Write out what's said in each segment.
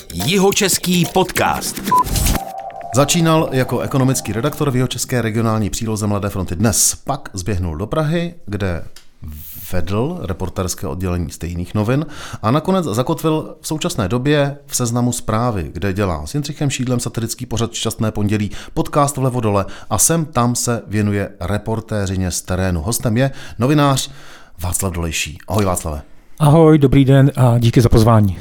Jihočeský podcast. Začínal jako ekonomický redaktor v Jihočeské regionální příloze Mladé fronty Dnes. Pak zběhnul do Prahy, kde vedl reportérské oddělení stejných novin a nakonec zakotvil v současné době v Seznamu Zprávy, kde dělá s Jindřichem Šídlem satirický pořad Šťastné pondělí, podcast Vlevo dole a sem tam se věnuje reportéřině z terénu. Hostem je novinář Václav Dolejší. Ahoj Václave. Ahoj, dobrý den a díky za pozvání.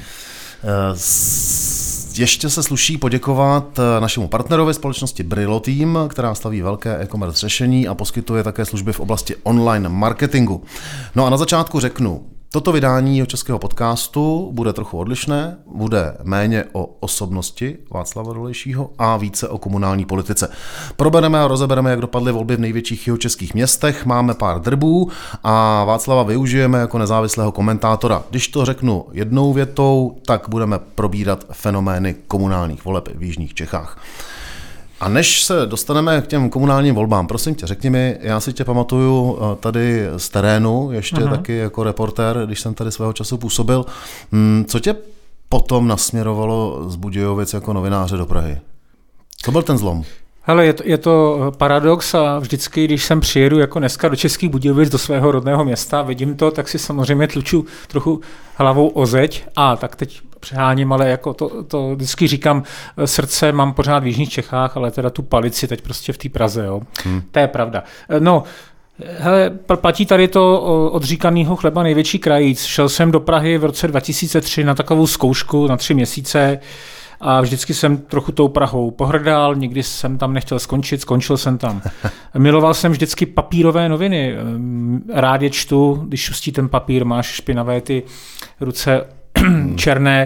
Ještě se sluší poděkovat našemu partnerovi společnosti Brillo Team, která staví velké e-commerce řešení a poskytuje také služby v oblasti online marketingu. No a na začátku řeknu, toto vydání českého podcastu bude trochu odlišné, bude méně o osobnosti Václava Dolejšího a více o komunální politice. Probereme a rozebereme, jak dopadly volby v největších jihočeských městech, máme pár drbů a Václava využijeme jako nezávislého komentátora. Když to řeknu jednou větou, tak budeme probírat fenomény komunálních voleb v jižních Čechách. A než se dostaneme k těm komunálním volbám, prosím tě, řekni mi, já si tě pamatuju tady z terénu, ještě taky jako reportér, když jsem tady svého času působil. Co tě potom nasměrovalo z Budějovic jako novináře do Prahy? Co byl ten zlom? Hele, je to paradox a vždycky, když sem přijedu jako dneska do Českých Budějovic, do svého rodného města, vidím to, tak si samozřejmě tluču trochu hlavou o zeď a tak teď přeháním, ale jako to vždycky říkám, srdce mám pořád v jižních Čechách, ale teda tu palici teď prostě v té Praze, jo. To je pravda. No, hele, platí tady to od říkanýho chleba největší krajíc. Šel jsem do Prahy v roce 2003 na takovou zkoušku na 3 měsíce, a vždycky jsem trochu tou Prahou pohrdal, nikdy jsem tam nechtěl skončit, skončil jsem tam. Miloval jsem vždycky papírové noviny. Rád je čtu, když šustí ten papír, máš špinavé ty ruce černé.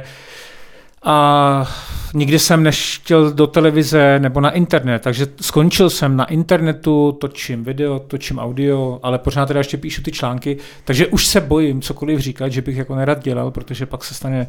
A nikdy jsem nechtěl do televize nebo na internet, takže skončil jsem na internetu, točím video, točím audio, ale pořád teda ještě píšu ty články, takže už se bojím cokoliv říkat, že bych jako nerad dělal, protože pak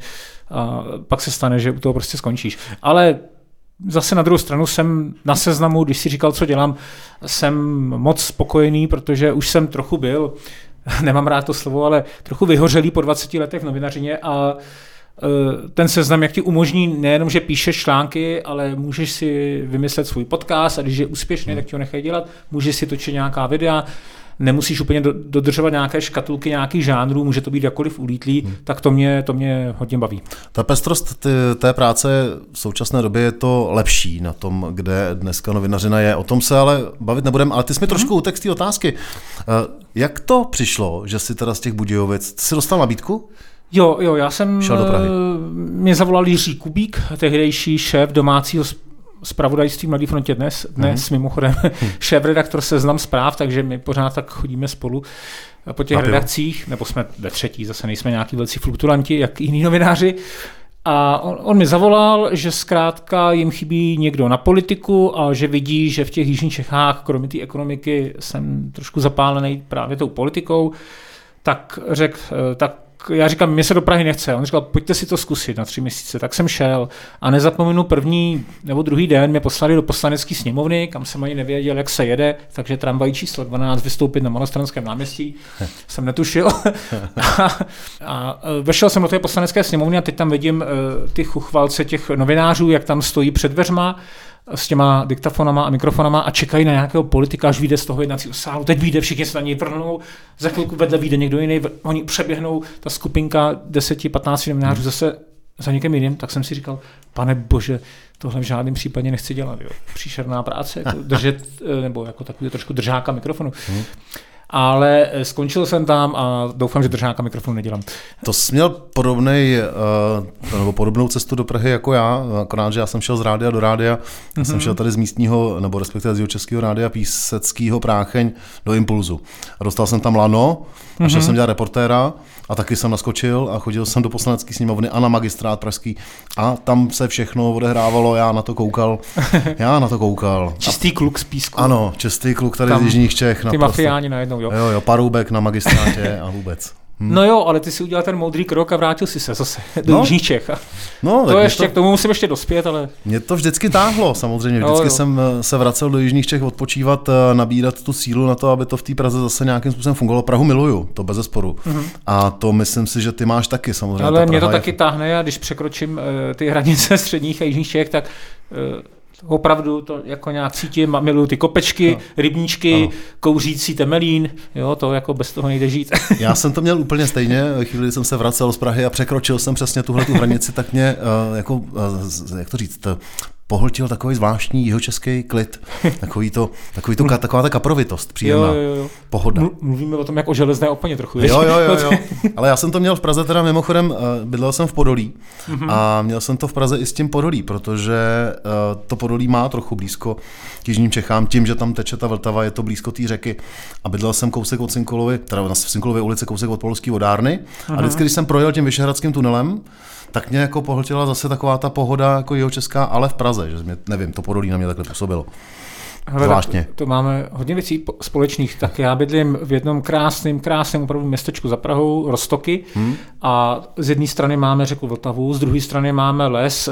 se stane, že u toho prostě skončíš. Ale zase na druhou stranu jsem na Seznamu, když si říkal, co dělám, jsem moc spokojený, protože už jsem trochu byl, nemám rád to slovo, ale trochu vyhořelý po 20 letech v novinařině a ten Seznam, jak ti umožní nejenom, že píšeš články, ale můžeš si vymyslet svůj podcast a když je úspěšný, tak ti ho nechají dělat, můžeš si točit nějaká videa, nemusíš úplně dodržovat nějaké škatulky, nějakých žánrů, může to být jakkoliv ulítlý, tak to mě hodně baví. Ta pestrost té práce v současné době je to lepší na tom, kde dneska novinařina je. O tom se ale bavit nebudeme, ale ty jsi mi trošku utekl z té otázky. Jak to přišlo, že jsi teda z těch Budějovic, ty jsi dostal nabídku? Jo, já jsem, šel do Prahy. Mě zavolal Jiří Kubík, tehdejší šéf domácího zpravodajství Mladé frontě dnes mimochodem šéf-redaktor Seznam Zpráv, takže my pořád tak chodíme spolu po těch redakcích, nebo jsme ve třetí, zase nejsme nějaký velcí fluktuanti, jak jiní novináři. A on mi zavolal, že zkrátka jim chybí někdo na politiku a že vidí, že v těch jižních Čechách, kromě té ekonomiky, jsem trošku zapálený právě tou politikou, tak řekl, já říkám, mě se do Prahy nechce. On říkal, pojďte si to zkusit na 3 měsíce. Tak jsem šel a nezapomenu první nebo druhý den mě poslali do Poslanecké sněmovny, kam jsem ani nevěděl, jak se jede, takže tramvaj číslo 12 vystoupit na Malostranském náměstí. Jsem netušil. a vešel jsem do té Poslanecké sněmovny a teď tam vidím ty chuchvalce těch novinářů, jak tam stojí před dveřma s těma diktafonama a mikrofonama a čekají na nějakého politika, až vyjde z toho jednacího sálu. Teď vyjde, všichni se na něj vrhnou, za chvilku vedle vyjde někdo jiný, oni přeběhnou, ta skupinka 10-15 novinářů zase za někým jiným, tak jsem si říkal, pane bože, tohle v žádném případě nechci dělat. Jo. Příšerná práce, jako držet, nebo jako takový trošku držáka mikrofonu. Ale skončil jsem tam a doufám, že držáka mikrofonu nedělám. To jsi měl podobnou cestu do Prahy jako já, akorát, že já jsem šel z rádia do rádia, já jsem šel tady z místního, nebo respektive z Jihočeského rádia Píseckýho Prácheň do Impulzu. A dostal jsem tam lano a šel jsem dělat reportéra a taky jsem naskočil a chodil jsem do Poslanecké sněmovny a na magistrát pražský a tam se všechno odehrávalo, já na to koukal. Čistý kluk z Písku. Ano, čistý kluk tady z jižních Čech. Ty mafiáni najednou, jo. Jo, Paroubek na magistrátě a vůbec. No jo, ale ty si udělal ten moudrý krok a vrátil si se zase do Jižních Čech. No, to ještě, k tomu musím ještě dospět, ale... Mě to vždycky táhlo, samozřejmě. Vždycky jsem se vracel do Jižních Čech odpočívat, nabírat tu sílu na to, aby to v té Praze zase nějakým způsobem fungovalo. Prahu miluju, to bezesporu. A to myslím si, že ty máš taky samozřejmě. Ale mě to taky táhne a když překročím ty hranice středních a Jižních Čech, tak... opravdu to jako nějak cítím, miluju ty kopečky, rybníčky, kouřící Temelín, jo, to jako bez toho nejde žít. Já jsem to měl úplně stejně, ve chvíli, kdy jsem se vracel z Prahy a překročil jsem přesně tuhletu hranici, tak mě jako, jak to říct, pohltil takový zvláštní jihočeský klid, taková ta kaprovitost, příjemná, pohoda. Mluvíme o tom jak o železné oponě trochu. Jo. Ale já jsem to měl v Praze teda mimochodem, bydlel jsem v Podolí a měl jsem to v Praze i s tím Podolí, protože to Podolí má trochu blízko k jižním Čechám, tím, že tam teče ta Vltava, je to blízko té řeky a bydlel jsem kousek od Cinkolovy, teda v Cinkolově ulici kousek od Polské vodárny a vždycky, když jsem projel tím Vyšehradským tunelem, tak mě jako pohltila zase taková ta pohoda jako jihočeská, ale v Praze, že mě, nevím, to Podolí na mě takhle působilo. Zvláštně. To máme hodně věcí společných. Tak já bydlím v jednom krásném opravdu městečku za Prahou, Roztoky, a z jedné strany máme řeku Vltavu, z druhé strany máme les,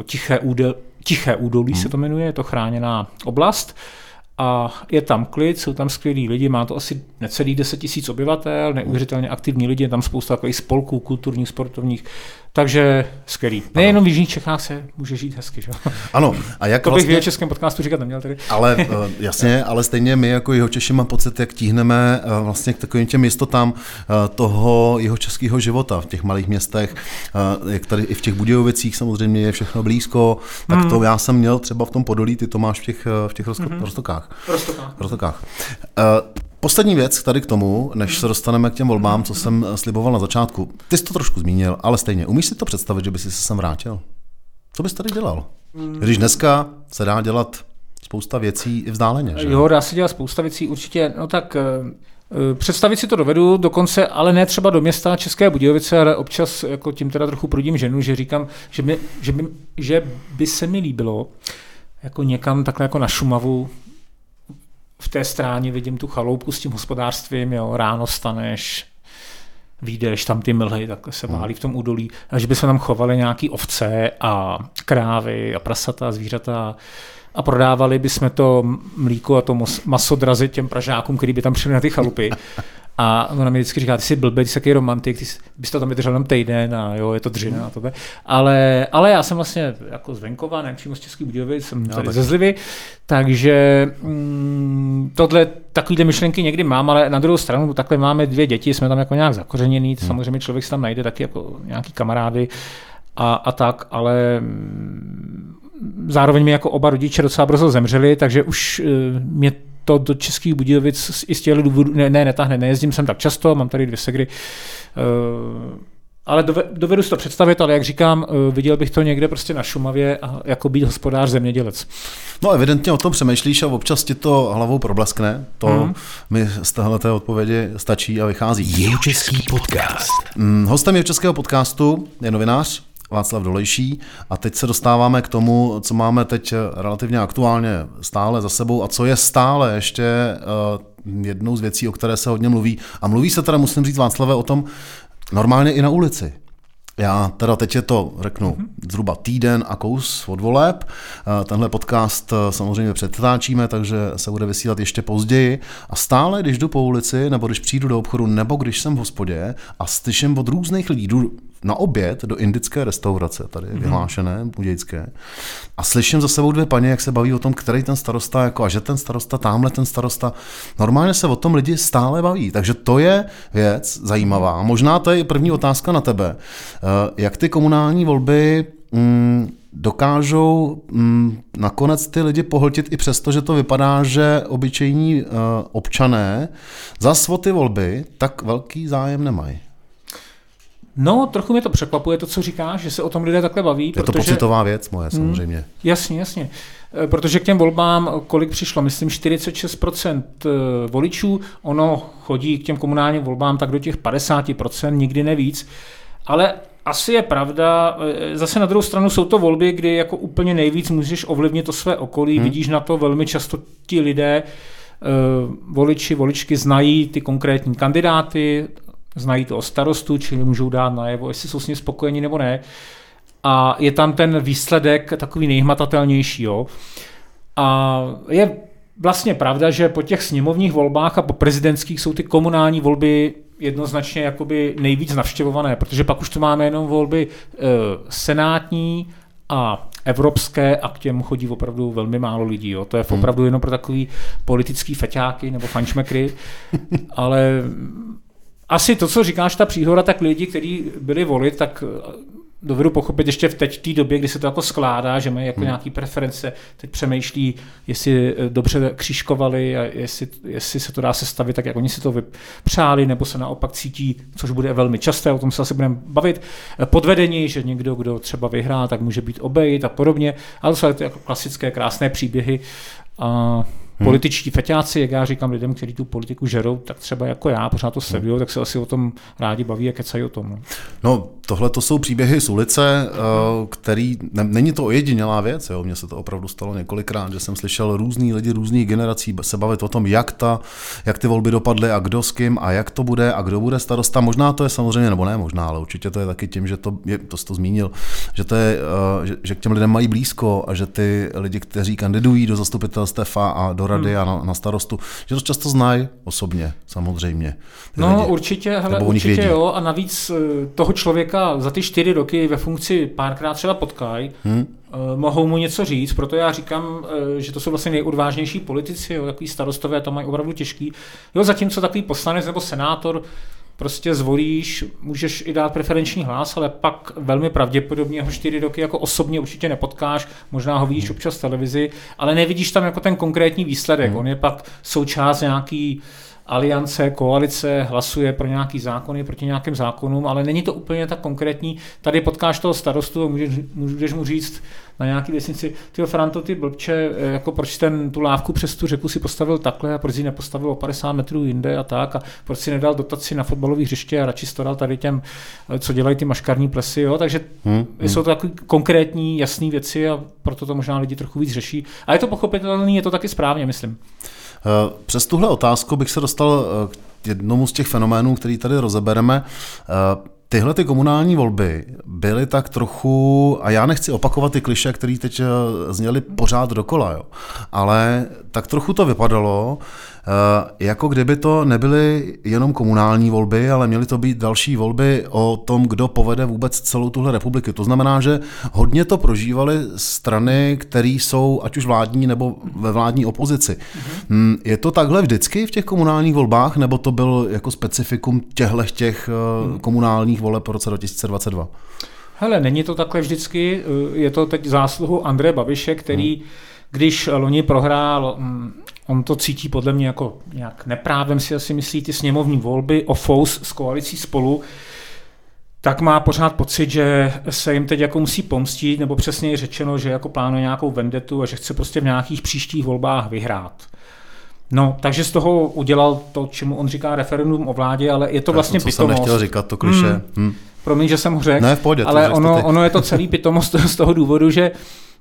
Tiché údolí se to jmenuje, je to chráněná oblast. A je tam klid, jsou tam skvělí lidi, má to asi necelých 10 000 obyvatel, neuvěřitelně aktivní lidi, je tam spousta takových spolků, kulturních, sportovních, takže skvělý. Nejenom v Jižních Čechách se může žít hezky, že? Ano. A jak to bych v českém podcastu říkat neměl tady. Ale jasně, ale stejně my jako Jihočeši mám pocit, jak tíhneme vlastně k takovým těm jistotám toho jihočeského života v těch malých městech, jak tady i v těch Budějovicích samozřejmě je všechno blízko, tak to já jsem měl třeba v tom Podolí, ty to máš v těch Roztokách. Roztokách. Poslední věc tady k tomu, než se dostaneme k těm volbám, co jsem sliboval na začátku. Ty jsi to trošku zmínil, ale stejně. Umíš si to představit, že by si se sem vrátil? Co bys tady dělal? Když dneska se dá dělat spousta věcí i vzdáleně, že? Jo, dá se dělat spousta věcí určitě. No tak představit si to dovedu, dokonce, ale ne třeba do města České Budějovice, ale občas jako tím teda trochu prudím ženu, že říkám, že by se mi líbilo jako někam takhle jako na Šumavu. V té stráně vidím tu chaloupku s tím hospodářstvím, jo, ráno staneš, vyjdeš tam ty mlhy, takhle se válí v tom údolí, a že by se tam chovali nějaký ovce a krávy a prasata a zvířata a prodávali bychom to mlíko a to maso drazit těm Pražákům, který by tam přišli na ty chalupy. A ona mi vždycky říká, ty jsi blbej, ty jsi takový romantik, ty bys to tam vydržel jenom týden a jo, je to dřina a tohle. Ale já jsem vlastně jako z venkova, ne přímo z Českých Budějovic, jsem tady ze Zlivy, takže takovýhle myšlenky někdy mám, ale na druhou stranu takhle máme 2 děti, jsme tam jako nějak zakořeněný, samozřejmě člověk si tam najde taky jako nějaký kamarády a tak, ale zároveň mi jako oba rodiče docela brzo zemřeli, takže už mě to do Českých Budějovic i z těch důvodů netáhne, nejezdím sem tak často, mám tady 2 segry, ale dovedu si to představit, ale jak říkám, viděl bych to někde prostě na Šumavě a jako být hospodář, zemědělec. No evidentně o tom přemýšlíš a občas ti to hlavou probleskne, to mi z téhleté odpovědi stačí a vychází. Jihočeský podcast. Hostem Jihočeského podcastu je novinář Václav Dolejší a teď se dostáváme k tomu, co máme teď relativně aktuálně stále za sebou a co je stále ještě jednou z věcí, o které se hodně mluví. A mluví se teda, musím říct Václave, o tom normálně i na ulici. Já teda teď je to, řeknu, zhruba týden a kous od voleb. Tenhle podcast samozřejmě předtáčíme, takže se bude vysílat ještě později. A stále, když jdu po ulici, nebo když přijdu do obchodu, nebo když jsem v hospodě a slyším od různých lidí, jdu na oběd do indické restaurace, tady vyhlášené, budějské, a slyším za sebou 2 paní, jak se baví o tom, který ten starosta, jako a že ten starosta, tamhle ten starosta. Normálně se o tom lidi stále baví, takže to je věc zajímavá. Možná to je první otázka na tebe. Jak ty komunální volby dokážou nakonec ty lidi pohltit i přesto, že to vypadá, že obyčejní občané zas o ty volby tak velký zájem nemají? No, trochu mě to překvapuje, to, co říkáš, že se o tom lidé takhle baví. Je to pocitová věc moje, samozřejmě. Jasně. Protože k těm volbám, kolik přišlo, myslím 46% voličů, ono chodí k těm komunálním volbám tak do těch 50%, nikdy nevíc. Ale asi je pravda, zase na druhou stranu jsou to volby, kdy jako úplně nejvíc můžeš ovlivnit to své okolí, vidíš na to velmi často ti lidé, voličky znají ty konkrétní kandidáty, znají toho starostu, čili můžou dát najevo, jestli jsou s ním spokojeni nebo ne. A je tam ten výsledek takový nejhmatatelnější. Jo. A je vlastně pravda, že po těch sněmovních volbách a po prezidentských jsou ty komunální volby jednoznačně jakoby nejvíc navštěvované, protože pak už tu máme jenom volby senátní a evropské a k těm chodí opravdu velmi málo lidí. Jo. To je opravdu jenom pro takový politický feťáky nebo fančmekry, ale asi to, co říkáš, ta příhoda, tak lidi, kteří byli volit, tak dovedu pochopit ještě v té době, kdy se to jako skládá, že mají jako nějaký preference, teď přemýšlí, jestli dobře křížkovali a jestli se to dá sestavit tak, jak oni si to vypřáli, nebo se naopak cítí, což bude velmi časté, o tom se asi budeme bavit, podvedení, že někdo, kdo třeba vyhrá, tak může být obejit a podobně, ale to jsou jako klasické krásné příběhy a političtí feťáci, jak já říkám lidem, kteří tu politiku žerou, tak třeba jako já, pořád to sledují, tak se asi o tom rádi baví a kecají o tom. No, tohle to jsou příběhy z ulice, který, není to ojedinělá věc, jo? Mně se to opravdu stalo několikrát, že jsem slyšel různý lidi, různých generací se bavit o tom, jak ty volby dopadly a kdo s kým a jak to bude a kdo bude starosta. Možná to je samozřejmě, nebo ne možná, ale určitě to je taky tím, že to jsi to zmínil, že to je, že k těm lidem mají blízko a že ty lidi, kteří kandidují do zastupitelstev a do rady a na starostu, že to často znají osobně, samozřejmě. No lidi. určitě jo, a navíc toho člověka za ty 4 roky ve funkci párkrát třeba potkají, mohou mu něco říct, proto já říkám, že to jsou vlastně nejodvážnější politici, jo, takový starostové, to mají opravdu těžký. Jo, zatímco takový poslanec nebo senátor prostě zvolíš, můžeš i dát preferenční hlas, ale pak velmi pravděpodobně ho 4 roky jako osobně určitě nepotkáš, možná ho vidíš občas v televizi, ale nevidíš tam jako ten konkrétní výsledek. On je pak součást nějaký aliance, koalice, hlasuje pro nějaký zákony, proti nějakým zákonům, ale není to úplně tak konkrétní. Tady potkáš toho starostu a můžeš mu říct na nějaký vesnici, tyjo Franto, ty blbče, jako proč tu lávku přes tu řeku si postavil takhle a proč si nepostavil o 50 metrů jinde a tak a proč si nedal dotaci na fotbalové hřiště a radši to dal tady těm, co dělají ty maškarní plesy, jo, takže jsou to takové konkrétní, jasné věci a proto to možná lidi trochu víc řeší. A je to pochopitelné, je to taky správně, myslím. Přes tuhle otázku bych se dostal k jednomu z těch fenoménů, který tady rozebereme. Tyhle ty komunální volby byly tak trochu, a já nechci opakovat ty klišé, které teď zněly pořád dokola, jo, ale tak trochu to vypadalo, jako kdyby to nebyly jenom komunální volby, ale měly to být další volby o tom, kdo povede vůbec celou tuhle republiku. To znamená, že hodně to prožívaly strany, které jsou ať už vládní nebo ve vládní opozici. Je to takhle vždycky v těch komunálních volbách, nebo to byl jako specifikum těch komunálních voleb po roce 2022? Hele, není to takhle vždycky, je to teď zásluhu Andreje Babiše, který, když loni prohrál, on to cítí podle mě jako nějak neprávem, si asi myslí ty sněmovní volby o fous s koalicí Spolu, tak má pořád pocit, že se jim teď jako musí pomstit, nebo přesněji řečeno, že jako plánuje nějakou vendetu a že chce prostě v nějakých příštích volbách vyhrát. No, takže z toho udělal to, čemu on říká referendum o vládě, ale je to vlastně pitomost. Jsem nechtěl říkat, to klišé. Promiň, že jsem ho řekl, ne, v pohodě, ale ono je to celý pitomost z toho důvodu, že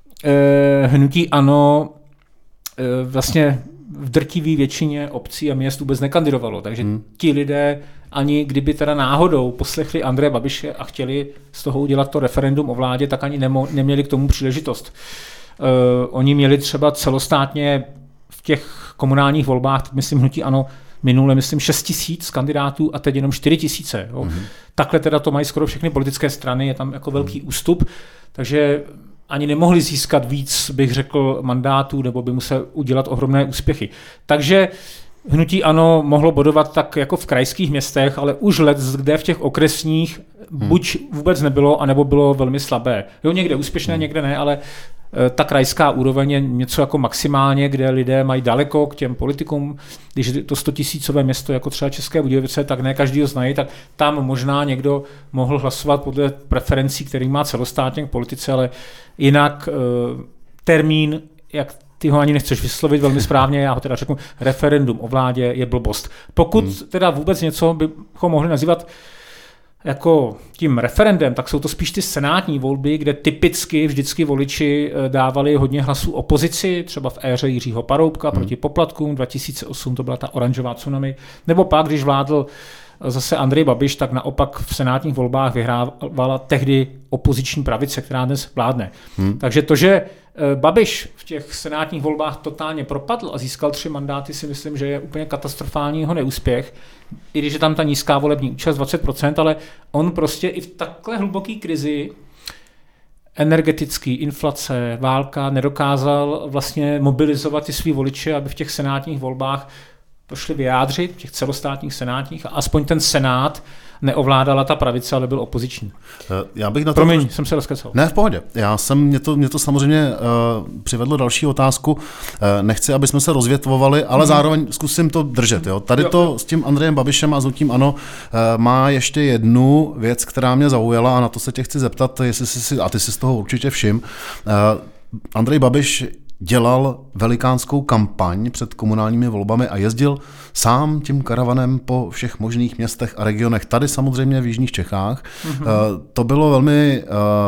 hnutí ANO vlastně v drtivé většině obcí a měst vůbec nekandidovalo, takže ti lidé ani kdyby teda náhodou poslechli Andreje Babiše a chtěli z toho udělat to referendum o vládě, tak ani neměli k tomu příležitost. Oni měli třeba celostátně v těch komunálních volbách, myslím hnutí ANO, minule, myslím, 6 000 kandidátů a teď jenom 4 000. Takhle teda to mají skoro všechny politické strany, je tam jako velký ústup, takže ani nemohli získat víc, bych řekl, mandátů, nebo by musel udělat ohromné úspěchy. Takže hnutí ANO mohlo bodovat tak jako v krajských městech, ale už kde v těch okresních buď vůbec nebylo, anebo bylo velmi slabé. Jo, někde úspěšné, někde ne, ale ta krajská úroveň je něco jako maximálně, kde lidé mají daleko k těm politikům. Když je to 100 000 město, jako třeba České Budějovice, tak ne každý ho znají, tak tam možná někdo mohl hlasovat podle preferencí, který má celostátně k politice, ale jinak termín, jak ty ho ani nechceš vyslovit velmi správně, já ho teda řeknu, referendum o vládě je blbost. Pokud teda vůbec něco bychom mohli nazývat jako tím referendem, tak jsou to spíš ty senátní volby, kde typicky vždycky voliči dávali hodně hlasů opozici, třeba v éře Jiřího Paroubka proti poplatkům, 2008 to byla ta oranžová tsunami, nebo pak, když vládl zase Andrej Babiš, tak naopak v senátních volbách vyhrávala tehdy opoziční pravice, která dnes vládne. Takže to, že Babiš v těch senátních volbách totálně propadl a získal 3 mandáty, si myslím, že je úplně katastrofální jeho neúspěch, i když je tam ta nízká volební účast 20%, ale on prostě i v takhle hluboké krizi energetický, inflace, válka, nedokázal vlastně mobilizovat ty svý voliče, aby v těch senátních volbách to šli vyjádřit, v těch celostátních senátních, a aspoň ten senát neovládala ta pravice, ale byl opoziční. Já bych na to... Promiň, jsem se rozkecal. Ne, v pohodě. Mě to samozřejmě přivedlo další otázku. Nechci, aby jsme se rozvětvovali, ale zároveň zkusím to držet. Jo? Tady to s tím Andrejem Babišem a s hnutím ANO má ještě jednu věc, která mě zaujala, a na to se tě chci zeptat, jestli a ty si z toho určitě všim. Andrej Babiš dělal velikánskou kampaň před komunálními volbami a jezdil sám tím karavanem po všech možných městech a regionech. Tady samozřejmě v jižních Čechách. To bylo velmi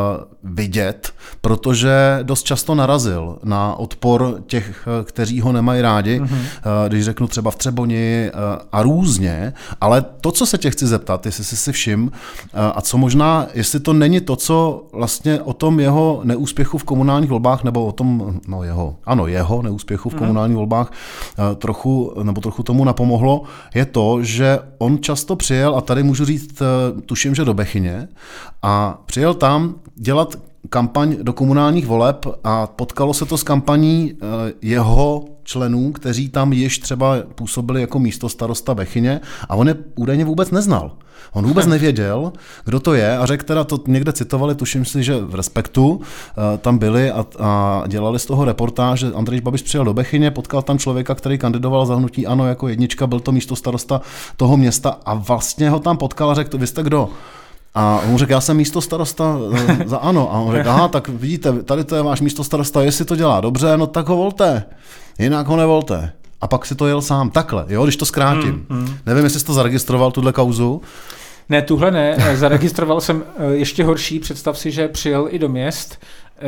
vidět, protože dost často narazil na odpor těch, kteří ho nemají rádi, když řeknu třeba v Třeboni a různě. Ale to, co se tě chci zeptat, jestli jsi si všim, a co možná, jestli to není to, co vlastně o tom jeho neúspěchu v komunálních volbách, nebo o tom, jeho neúspěchu v komunálních volbách trochu tomu napomohlo, je to, že on často přijel, a tady můžu říct, tuším, že do Bechyně, a přijel tam dělat kampaň do komunálních voleb a potkalo se to s kampaní jeho členů, kteří tam již třeba působili jako místostarosta Bechyně, a on je údajně vůbec neznal. On vůbec nevěděl, kdo to je, a řekl teda, to někde citovali, tuším si, že v Respektu tam byli a dělali z toho reportáž, že Andrej Babiš přijel do Bechyně, potkal tam člověka, který kandidoval za hnutí ANO jako jednička, byl to místostarosta toho města, a vlastně ho tam potkal a řekl, vy jste kdo? A on řekl, já jsem místostarosta za ANO. A on řekl, aha, tak vidíte, tady to je váš místostarosta, jestli to dělá dobře, no tak ho volte, jinak ho nevolte. A pak si to jel sám, takhle, jo, když to zkrátím. Nevím, jestli jsi to zaregistroval, tuhle kauzu. Ne, tuhle ne, zaregistroval jsem ještě horší, představ si, že přijel i do měst,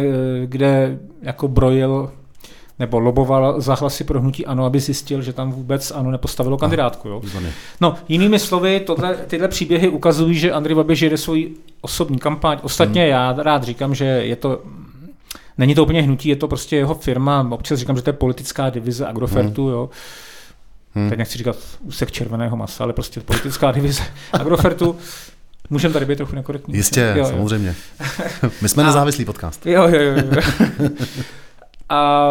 kde jako brojil nebo loboval za hlasy pro hnutí ANO, aby zjistil, že tam vůbec ANO nepostavilo kandidátku. Jo? No, jinými slovy, tyhle příběhy ukazují, že Andrej Babiš jede svoji osobní kampaň. Ostatně já rád říkám, že není to úplně hnutí, je to prostě jeho firma. Občas říkám, že to je politická divize Agrofertu. Jo? Teď nechci říkat úsek červeného masa, ale prostě politická divize Agrofertu. Můžeme tady být trochu nekorektní. Jistě, jo, samozřejmě. My jsme nezávislý podcast. Jo. A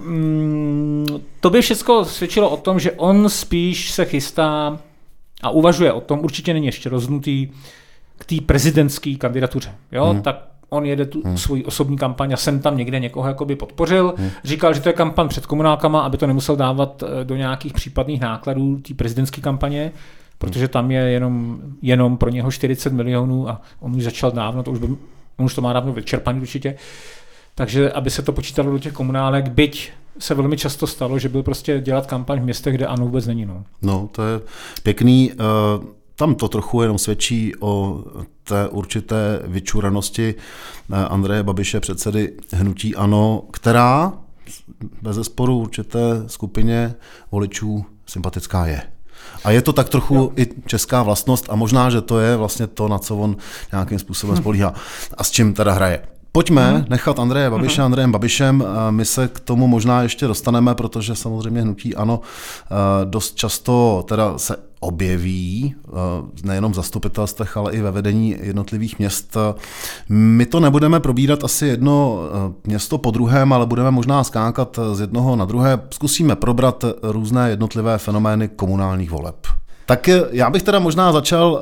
to by všechno svědčilo o tom, že on spíš se chystá a uvažuje o tom, určitě není ještě rozhodnutý, k té prezidentské kandidatuře. Jo? Tak on jede tu svoji osobní kampaň a jsem tam někde někoho jakoby podpořil. Říkal, že to je kampaň před komunálkama, aby to nemusel dávat do nějakých případných nákladů té prezidentské kampaně, protože tam je jenom pro něho 40 milionů a on už začal dávno, on už to má dávno vyčerpaný určitě. Takže aby se to počítalo do těch komunálek, byť se velmi často stalo, že byl prostě dělat kampaň v městech, kde ANO vůbec není. No, to je pěkný. Tam to trochu jenom svědčí o té určité vyčuranosti Andreje Babiše, předsedy hnutí ANO, která bezesporu určité skupině voličů sympatická je. A je to tak trochu i česká vlastnost a možná, že to je vlastně to, na co on nějakým způsobem spolíhá a s čím teda hraje. Pojďme nechat Andreje Babiše Andrejem Babišem. My se k tomu možná ještě dostaneme, protože samozřejmě hnutí ANO dost často teda se objeví, nejenom v zastupitelstvech, ale i ve vedení jednotlivých měst. My to nebudeme probírat asi jedno město po druhém, ale budeme možná skákat z jednoho na druhé. Zkusíme probrat různé jednotlivé fenomény komunálních voleb. Tak já bych teda možná začal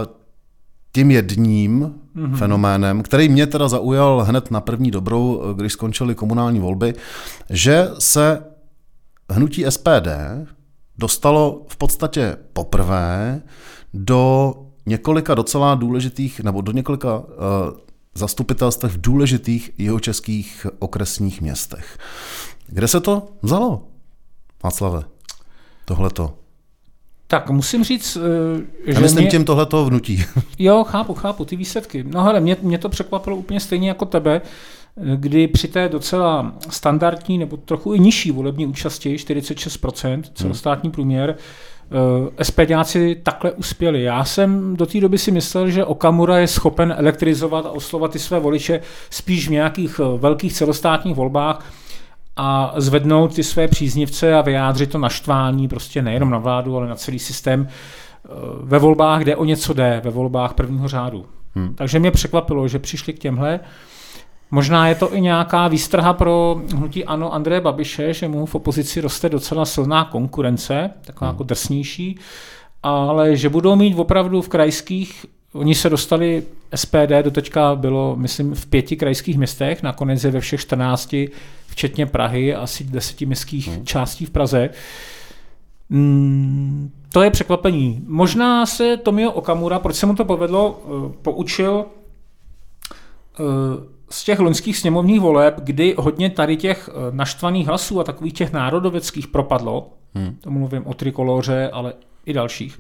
tím jedním fenoménem, který mě teda zaujal hned na první dobrou, když skončily komunální volby, že se hnutí SPD dostalo v podstatě poprvé do několika docela důležitých, nebo do několika zastupitelstev v důležitých jihočeských okresních městech. Kde se to vzalo, Václave? Tohleto. Tak musím říct, že myslím tím tohleto hnutí. Jo, chápu ty výsledky. No hele, mě to překvapilo úplně stejně jako tebe, kdy při té docela standardní nebo trochu i nižší volební účasti, 46%, celostátní průměr, SPDáci takhle uspěli. Já jsem do té doby si myslel, že Okamura je schopen elektrizovat a oslovat ty své voliče spíš v nějakých velkých celostátních volbách a zvednout ty své příznivce a vyjádřit to naštvání prostě nejenom na vládu, ale na celý systém ve volbách, kde o něco jde, ve volbách prvního řádu. Takže mě překvapilo, že přišli k těmhle. Možná je to i nějaká výstraha pro hnutí ANO Andreje Babiše, že mu v opozici roste docela silná konkurence, taková jako drsnější, ale že budou mít opravdu v krajských, oni se dostali, SPD doteďka bylo, myslím, v 5 krajských městech, nakonec je ve všech 14, včetně Prahy, asi 10 městských částí v Praze. To je překvapení. Možná se Tomio Okamura, proč se mu to povedlo, poučil z těch loňských sněmovních voleb, kdy hodně tady těch naštvaných hlasů a takových těch národoveckých propadlo. To mluvím o Trikoloře, ale i dalších.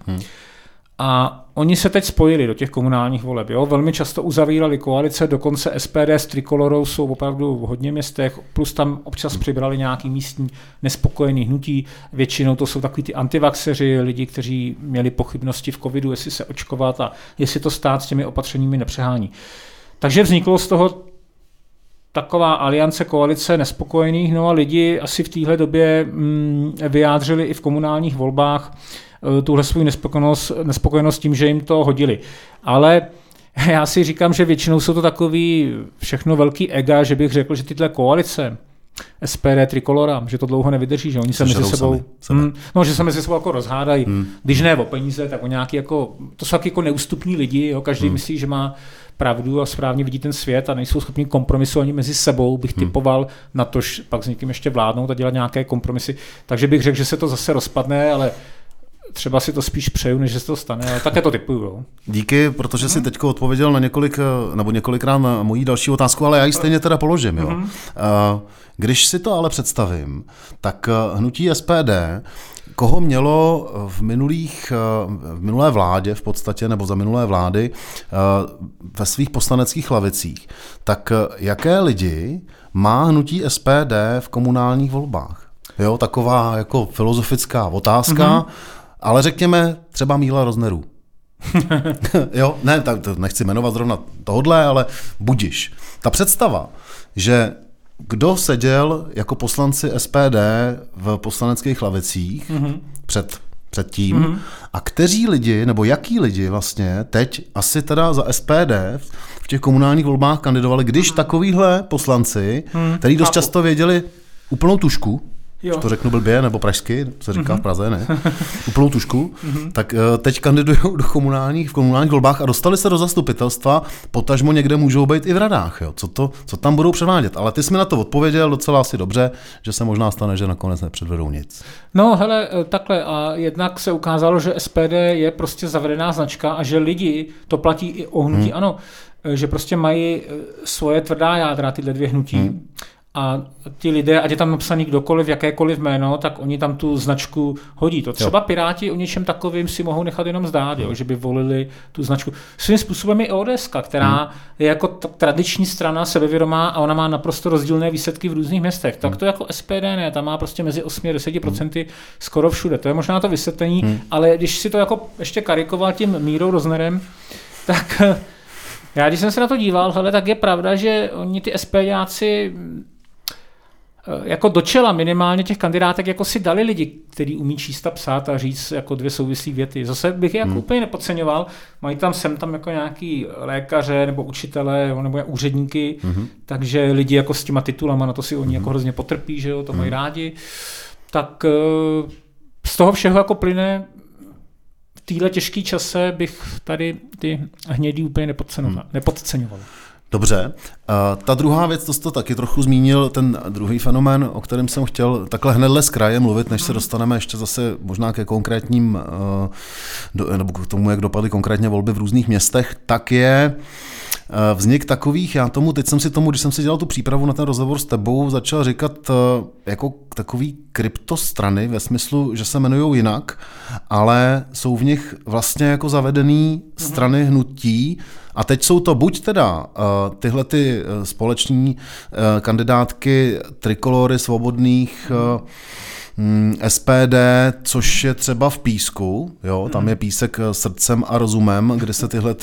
A oni se teď spojili do těch komunálních voleb. Jo? Velmi často uzavírali koalice, dokonce SPD s Trikolorou jsou opravdu v hodně městech, plus tam občas přibrali nějaký místní nespokojený hnutí. Většinou to jsou takový ty antivaxeři, lidi, kteří měli pochybnosti v covidu, jestli se očkovat a jestli to stát s těmi opatřeními nepřehání. Takže vzniklo z toho taková aliance, koalice nespokojených, no a lidi asi v téhle době vyjádřili i v komunálních volbách tuhle svou nespokojenost tím, že jim to hodili. Ale já si říkám, že většinou jsou to takový všechno velký ega, že bych řekl, že tyhle koalice SPD, Trikolora, že to dlouho nevydrží, že oni se mezi sebou že se mezi sebou jako rozhádají. Když ne o peníze, tak o nějaký jako, to jsou taky jako neústupní lidi, jo? Každý myslí, že má pravdu a správně vidí ten svět a nejsou schopni kompromisu ani mezi sebou, bych typoval na to, že pak s někým ještě vládnout a dělat nějaké kompromisy. Takže bych řekl, že se to zase rozpadne, ale třeba si to spíš přeju, než že se to stane, ale také to typuju. Jo. Díky, protože jsi teď odpověděl na několikrát na moji další otázku, ale já ji stejně teda položím. Jo. Když si to ale představím, tak hnutí SPD, koho mělo v minulé vládě v podstatě, nebo za minulé vlády ve svých poslaneckých lavicích, tak jaké lidi má hnutí SPD v komunálních volbách? Jo, taková jako filozofická otázka, ale řekněme třeba Míla Roznerů. Jo, ne, tak nechci jmenovat zrovna tohodle, ale budiš. Ta představa, že kdo seděl jako poslanci SPD v poslaneckých lavicích před tím a kteří lidi, nebo jaký lidi vlastně teď asi teda za SPD v těch komunálních volbách kandidovali, když takovýhle poslanci, který dost často věděli úplnou tušku, to řeknu blbě, nebo pražsky, co říká v Praze, ne? Úplnou tušku, tak teď kandidují v komunálních volbách a dostali se do zastupitelstva, potažmo někde můžou být i v radách, jo? Co tam budou předvádět. Ale ty jsi mi na to odpověděl docela asi dobře, že se možná stane, že nakonec nepředvedou nic. No hele, takhle a jednak se ukázalo, že SPD je prostě zavedená značka a že lidi, to platí i o hnutí, ano, že prostě mají svoje tvrdá jádra, tyhle dvě hnutí. A ti lidé, ať je tam napsaný kdokoliv, jakékoliv jméno, tak oni tam tu značku hodí. To třeba Piráti o něčem takovým si mohou nechat jenom zdát, jo, že by volili tu značku. Svým způsobem i ODS, která je jako tradiční strana sebevědomá a ona má naprosto rozdílné výsledky v různých městech. Tak to jako SPD ne, tam má prostě mezi 8 a 10% skoro všude. To je možná to vysvětlení, ale když si to jako ještě karikoval tím Mírou Roznerem, tak já když jsem se na to díval, hele, tak je pravda, že oni ty SPDáci jako do čela minimálně těch kandidátek jako si dali lidi, kteří umí číst a psát a říct jako 2 souvislé věty. Zase bych je jako úplně nepodceňoval. Mají tam jako nějaký lékaře nebo učitele nebo úředníky, takže lidi jako s těma titulama, na to si oni jako hrozně potrpí, že jo, to mají rádi. Tak z toho všeho jako plyne v téhle těžké čase bych tady ty hnědý úplně nepodceňoval. Dobře. Ta druhá věc, to jsi to taky trochu zmínil, ten druhý fenomén, o kterém jsem chtěl takhle hnedle z kraje mluvit, než se dostaneme ještě zase možná ke konkrétním, nebo k tomu, jak dopadly konkrétně volby v různých městech, tak je vznik takových, když jsem si dělal tu přípravu na ten rozhovor s tebou, začal říkat jako takový kryptostrany ve smyslu, že se jmenujou jinak, ale jsou v nich vlastně jako zavedený strany hnutí a teď jsou to buď teda tyhle ty společní kandidátky Trikolory, Svobodných, SPD, což je třeba v Písku, jo, tam je Písek srdcem a rozumem, kde se tyhle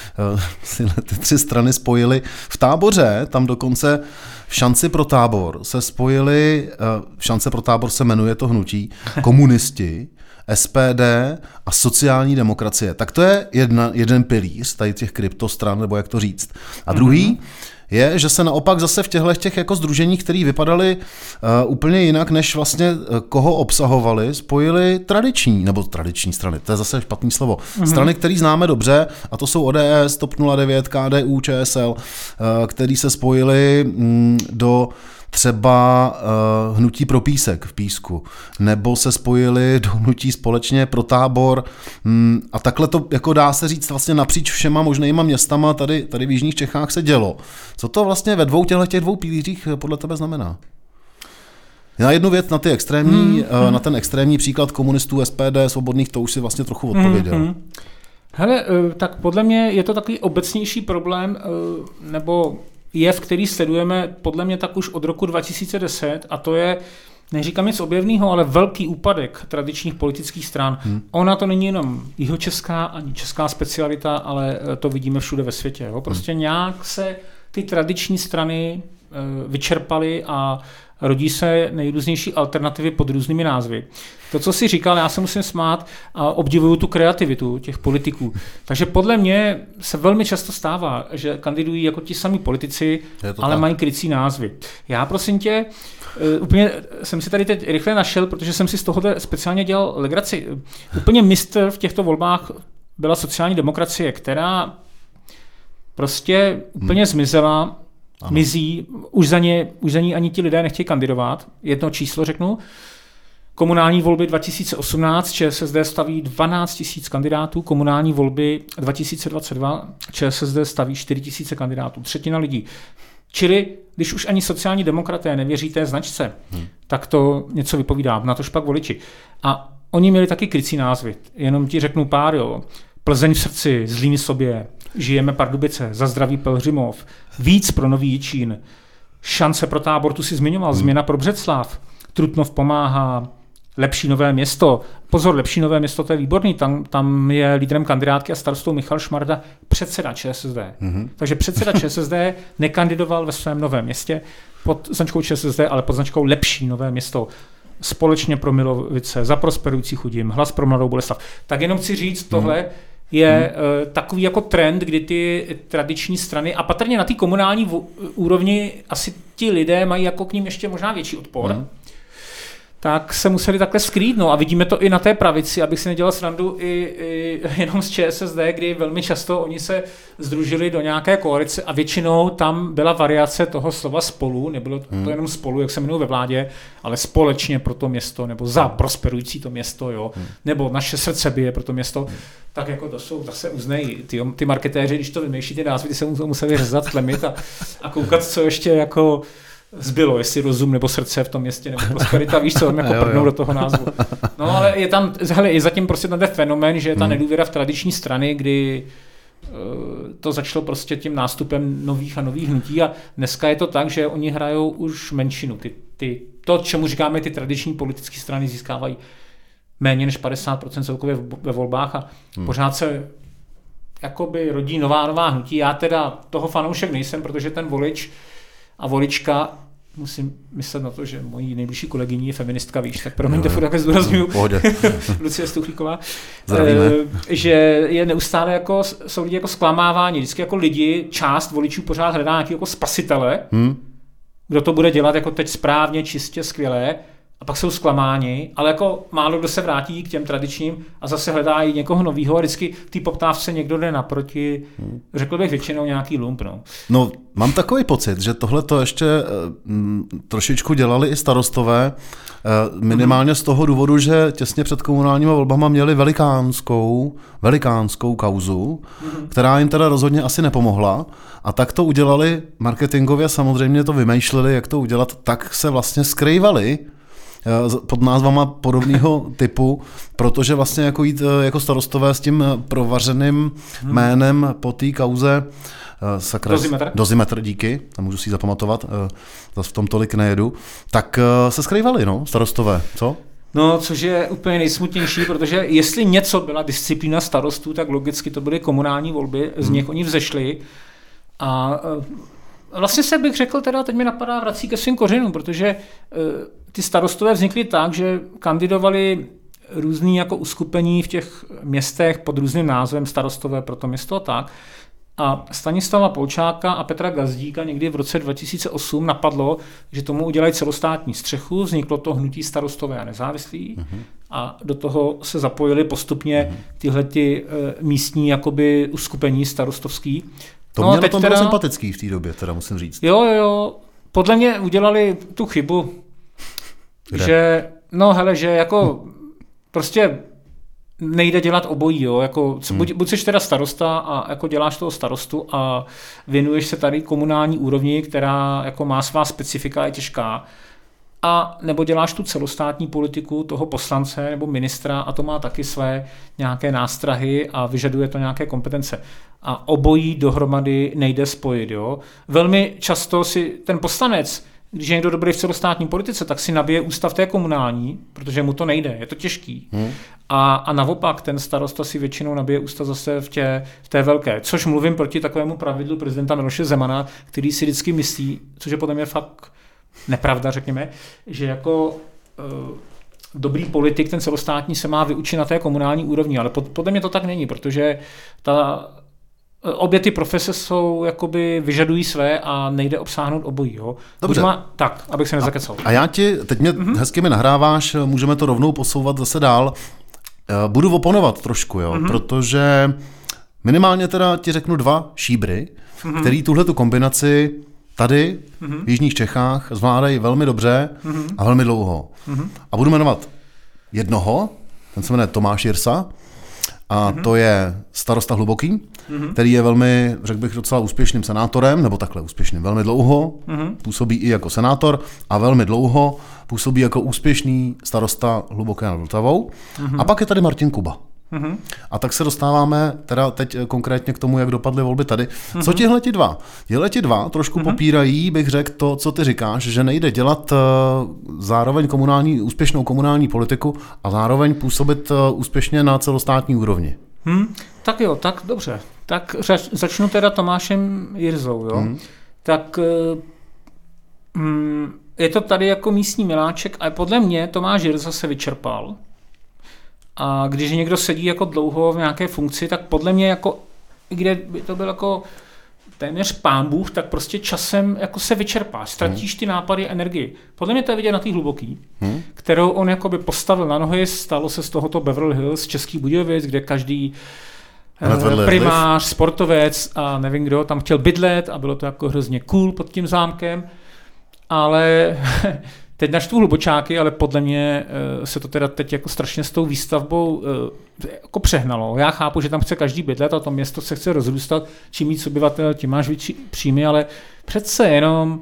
tři strany spojily. V Táboře, tam dokonce v Šanci pro Tábor se spojili, Šance pro Tábor se jmenuje to hnutí, komunisti, SPD a sociální demokracie. Tak to je jeden pilíř tady těch kryptostran, nebo jak to říct. A druhý je, že se naopak zase v těch jako sdruženích, které vypadaly úplně jinak, než vlastně koho obsahovali, spojili tradiční strany, to je zase špatný slovo, strany, které známe dobře, a to jsou ODS, TOP 09, KDU, ČSL, který se spojili do třeba hnutí pro Písek v Písku, nebo se spojili do hnutí společně pro Tábor a takhle to jako dá se říct vlastně napříč všema možnýma městama tady v jižních Čechách se dělo. Co to vlastně ve těch dvou pilířích podle tebe znamená? Na jednu věc, na ty extrémní, na ten extrémní příklad komunistů, SPD, svobodných, to už si vlastně trochu odpověděl. Hele, tak podle mě je to takový obecnější problém, nebo jev, který sledujeme podle mě tak už od roku 2010, a to je, neříkám nic objevného, ale velký úpadek tradičních politických stran. Ona to není jenom jihočeská ani česká specialita, ale to vidíme všude ve světě. Jo? Prostě nějak se ty tradiční strany vyčerpaly a rodí se nejrůznější alternativy pod různými názvy. To, co jsi říkal, já se musím smát a obdivuju tu kreativitu těch politiků. Takže podle mě se velmi často stává, že kandidují jako ti samí politici, ale mají krycí názvy. Já prosím tě, úplně jsem si tady teď rychle našel, protože jsem si z tohoto speciálně dělal legraci. Úplně mistr v těchto volbách byla sociální demokracie, která prostě úplně zmizela, mizí, už za ní ani ti lidé nechtějí kandidovat. Jedno číslo řeknu. Komunální volby 2018 ČSSD staví 12 000 kandidátů, komunální volby 2022 ČSSD staví 4 000 kandidátů, třetina lidí. Čili, když už ani sociální demokraté nevěří té značce, tak to něco vypovídá, na tož pak voliči. A oni měli taky krycí názvy, jenom ti řeknu pár, jo. Plzeň v srdci, Zlín sobě, Žijeme Pardubice, Za zdraví Pelhřimov, Víc pro Nový Jičín, Šance pro Tábor, tu si zmiňoval, Změna pro Břeclav, Trutnov pomáhá, Lepší Nové Město. Pozor, Lepší Nové Město, to je výborný, tam je lídrem kandidátky a starostou Michal Šmarda, předseda ČSSD. Takže předseda ČSSD nekandidoval ve svém Novém Městě pod značkou ČSSD, ale pod značkou Lepší Nové Město. Společně pro Milovice, Za prosperující chudím, Hlas pro Mladou Boleslav. Tak jenom chci říct, tohle je takový jako trend, kdy ty tradiční strany, a patrně na té komunální úrovni asi ti lidé mají jako k ním ještě možná větší odpor, tak se museli takhle skrýt. No a vidíme to i na té pravici, abych si nedělal srandu i jenom z ČSSD, kdy velmi často oni se sdružili do nějaké koalice a většinou tam byla variace toho slova spolu, nebylo to jenom spolu, jak se jmenuje ve vládě, ale společně pro to město, nebo za prosperující to město, jo, nebo naše srdce bije pro to město. Tak jako to jsou zase uznej ty marketéři, když to vymýšlí ty názvy, ty se museli řezat, tlemit a koukat, co ještě jako zbylo, jestli rozum nebo srdce v tom městě, nebo prosperita, víš co, jako prdnou do toho názvu. No ale je tam, je zatím prostě ten fenomén, že je ta nedůvěra v tradiční strany, kdy to začalo prostě tím nástupem nových a nových hnutí a dneska je to tak, že oni hrajou už menšinu. To, čemu říkáme, ty tradiční politické strany získávají méně než 50% celkově ve volbách a pořád se jakoby rodí nová hnutí. Já teda toho fanoušek nejsem, protože ten volič a volička, musím myslet na to, že mojí nejbližší kolegyní je feministka, víš, tak promiňte, furt takhle zdůrazňuju, Lucie Stuchlíková, že je neustále jako, jsou lidi jako zklamávání, vždycky jako lidi, část voličů pořád hledá nějaký jako spasitele, kdo to bude dělat jako teď správně, čistě, skvěle, a pak jsou zklamáni, ale jako málo kdo se vrátí k těm tradičním a zase hledají někoho novýho a vždycky v té poptávce někdo jde naproti, řekl bych většinou nějaký lump. No, mám takový pocit, že tohle to ještě trošičku dělali i starostové, minimálně z toho důvodu, že těsně před komunálními volbama měli velikánskou kauzu, která jim teda rozhodně asi nepomohla a tak to udělali marketingově, samozřejmě to vymýšleli, jak to udělat, tak se vlastně skrývali pod názvama podobného typu, protože vlastně jako jít jako starostové s tím provařeným jménem po té kauze Dozimetr, díky, tam můžu si ji zapamatovat, zase v tom tolik nejedu, tak se skrývali, no, starostové, co? No, což je úplně nejsmutnější, protože jestli něco byla disciplína starostů, tak logicky to byly komunální volby, z nich oni vzešli a vlastně se bych řekl, teda teď mi napadá, vrací ke svým kořenům, protože ty starostové vznikly tak, že kandidovali různý jako uskupení v těch městech pod různým názvem starostové pro to město tak. A Stanislava Polčáka a Petra Gazdíka někdy v roce 2008 napadlo, že tomu udělají celostátní střechu, vzniklo to hnutí Starostové a nezávislí a do toho se zapojili postupně tyhleti místní jakoby uskupení starostovský. To mě na tom bylo sympatický v té době, teda musím říct. Jo. Podle mě udělali tu chybu, že jako prostě nejde dělat obojí, jo, jako buď seš teda starosta a jako děláš toho starostu a věnuješ se tady komunální úrovni, která jako má svá specifika, je těžká, a nebo děláš tu celostátní politiku toho poslance nebo ministra a to má taky své nějaké nástrahy a vyžaduje to nějaké kompetence. A obojí dohromady nejde spojit, jo. Velmi často si ten poslanec, když je někdo dobrý v celostátní politice, tak si nabije ústa v té komunální, protože mu to nejde, je to těžký. A naopak ten starosta si většinou nabije ústa zase v té velké. Což mluvím proti takovému pravidlu prezidenta Miloše Zemana, který si vždycky myslí, což je podle mě fakt nepravda, řekněme, že jako dobrý politik, ten celostátní se má vyučit na té komunální úrovni, ale podle mě to tak není, protože obě ty profese jsou, jakoby vyžadují své a nejde obsáhnout obojí. Jo? Dobře. Tak, abych se nezakecal. A já teď mě hezky mi nahráváš, můžeme to rovnou posouvat zase dál. Budu oponovat trošku, jo, protože minimálně teda ti řeknu dva šíbry, který tuhletu kombinaci tady v jižních Čechách zvládají velmi dobře a velmi dlouho. A budu jmenovat jednoho, ten se jmenuje Tomáš Jirsa, a to je starosta Hluboký, který je velmi, řekl bych, docela úspěšným senátorem, nebo takhle úspěšným, velmi dlouho působí i jako senátor a velmi dlouho působí jako úspěšný starosta Hluboké nad Vltavou. A pak je tady Martin Kuba. A tak se dostáváme teda teď konkrétně k tomu, jak dopadly volby tady. Co tihleti dva? Tihleti dva trošku popírají, bych řekl, to, co ty říkáš, že nejde dělat zároveň úspěšnou komunální politiku a zároveň působit úspěšně na celostátní úrovni. Tak jo, tak dobře. Tak začnu teda Tomášem Jirzou. Jo? Tak je to tady jako místní miláček a podle mě Tomáš Jirza se vyčerpal. A když někdo sedí jako dlouho v nějaké funkci, tak podle mě jako, kde by to byl jako téměř pán Bůh, tak prostě časem jako se vyčerpáš, ztratíš ty nápady, energii. Podle mě to je vidět na té Hluboký, kterou on jakoby postavil na nohy, stalo se z tohoto Beverly Hills z Českých Budějovic, kde každý primář, sportovec a nevím kdo tam chtěl bydlet a bylo to jako hrozně cool pod tím zámkem, ale teď načtu Hlubočáky, ale podle mě se to teda teď jako strašně s tou výstavbou jako přehnalo. Já chápu, že tam chce každý bydlet a to město se chce rozrůstat, čím víc obyvatel, tím máš větší příjmy, ale přece jenom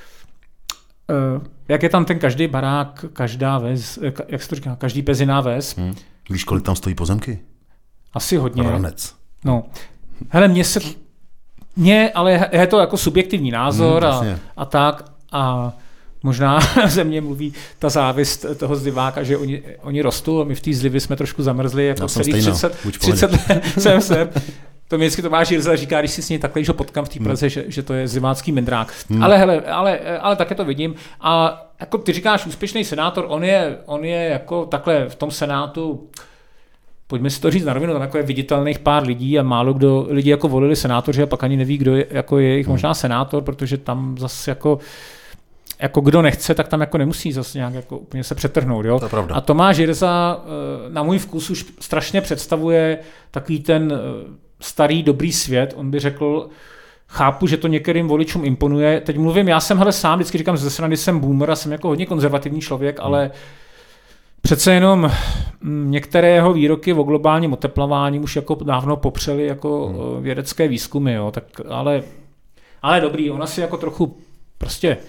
jak je tam ten každý barák, každá ves, jak se to říká, každý peziná ves. Víš, kolik tam stojí pozemky? Asi hodně. Ranec. No. Hele, ale je to jako subjektivní názor a tak a možná ze mě mluví ta závist toho zliváka, že oni rostou a my v té zlivě jsme trošku zamrzli jako celých 30 let jsem. To mě vždycky Tomáš Jirza říká, když si s ní takhle, když ho potkám v té Praze, že to je zimácký mindrák. Ale hele, ale také to vidím. A jako ty říkáš úspěšný senátor, on je jako takhle v tom senátu, pojďme si to říct na rovinu, tam jako je viditelných pár lidí a málo kdo lidi jako volili senátoři a pak ani neví, kdo je, jako je jich možná senátor, protože tam zase jako kdo nechce, tak tam jako nemusí zase nějak jako úplně se přetrhnout. Jo? To a Tomáš Jirsa na můj vkus už strašně představuje takový ten starý dobrý svět. On by řekl, chápu, že to některým voličům imponuje. Teď mluvím, já jsem sám, vždycky říkám, ze strany jsem boomer a jsem jako hodně konzervativní člověk, ale přece jenom některé jeho výroky o globálním oteplování už jako dávno popřely jako vědecké výzkumy. Jo? Tak, ale dobrý, ona si jako trochu prostě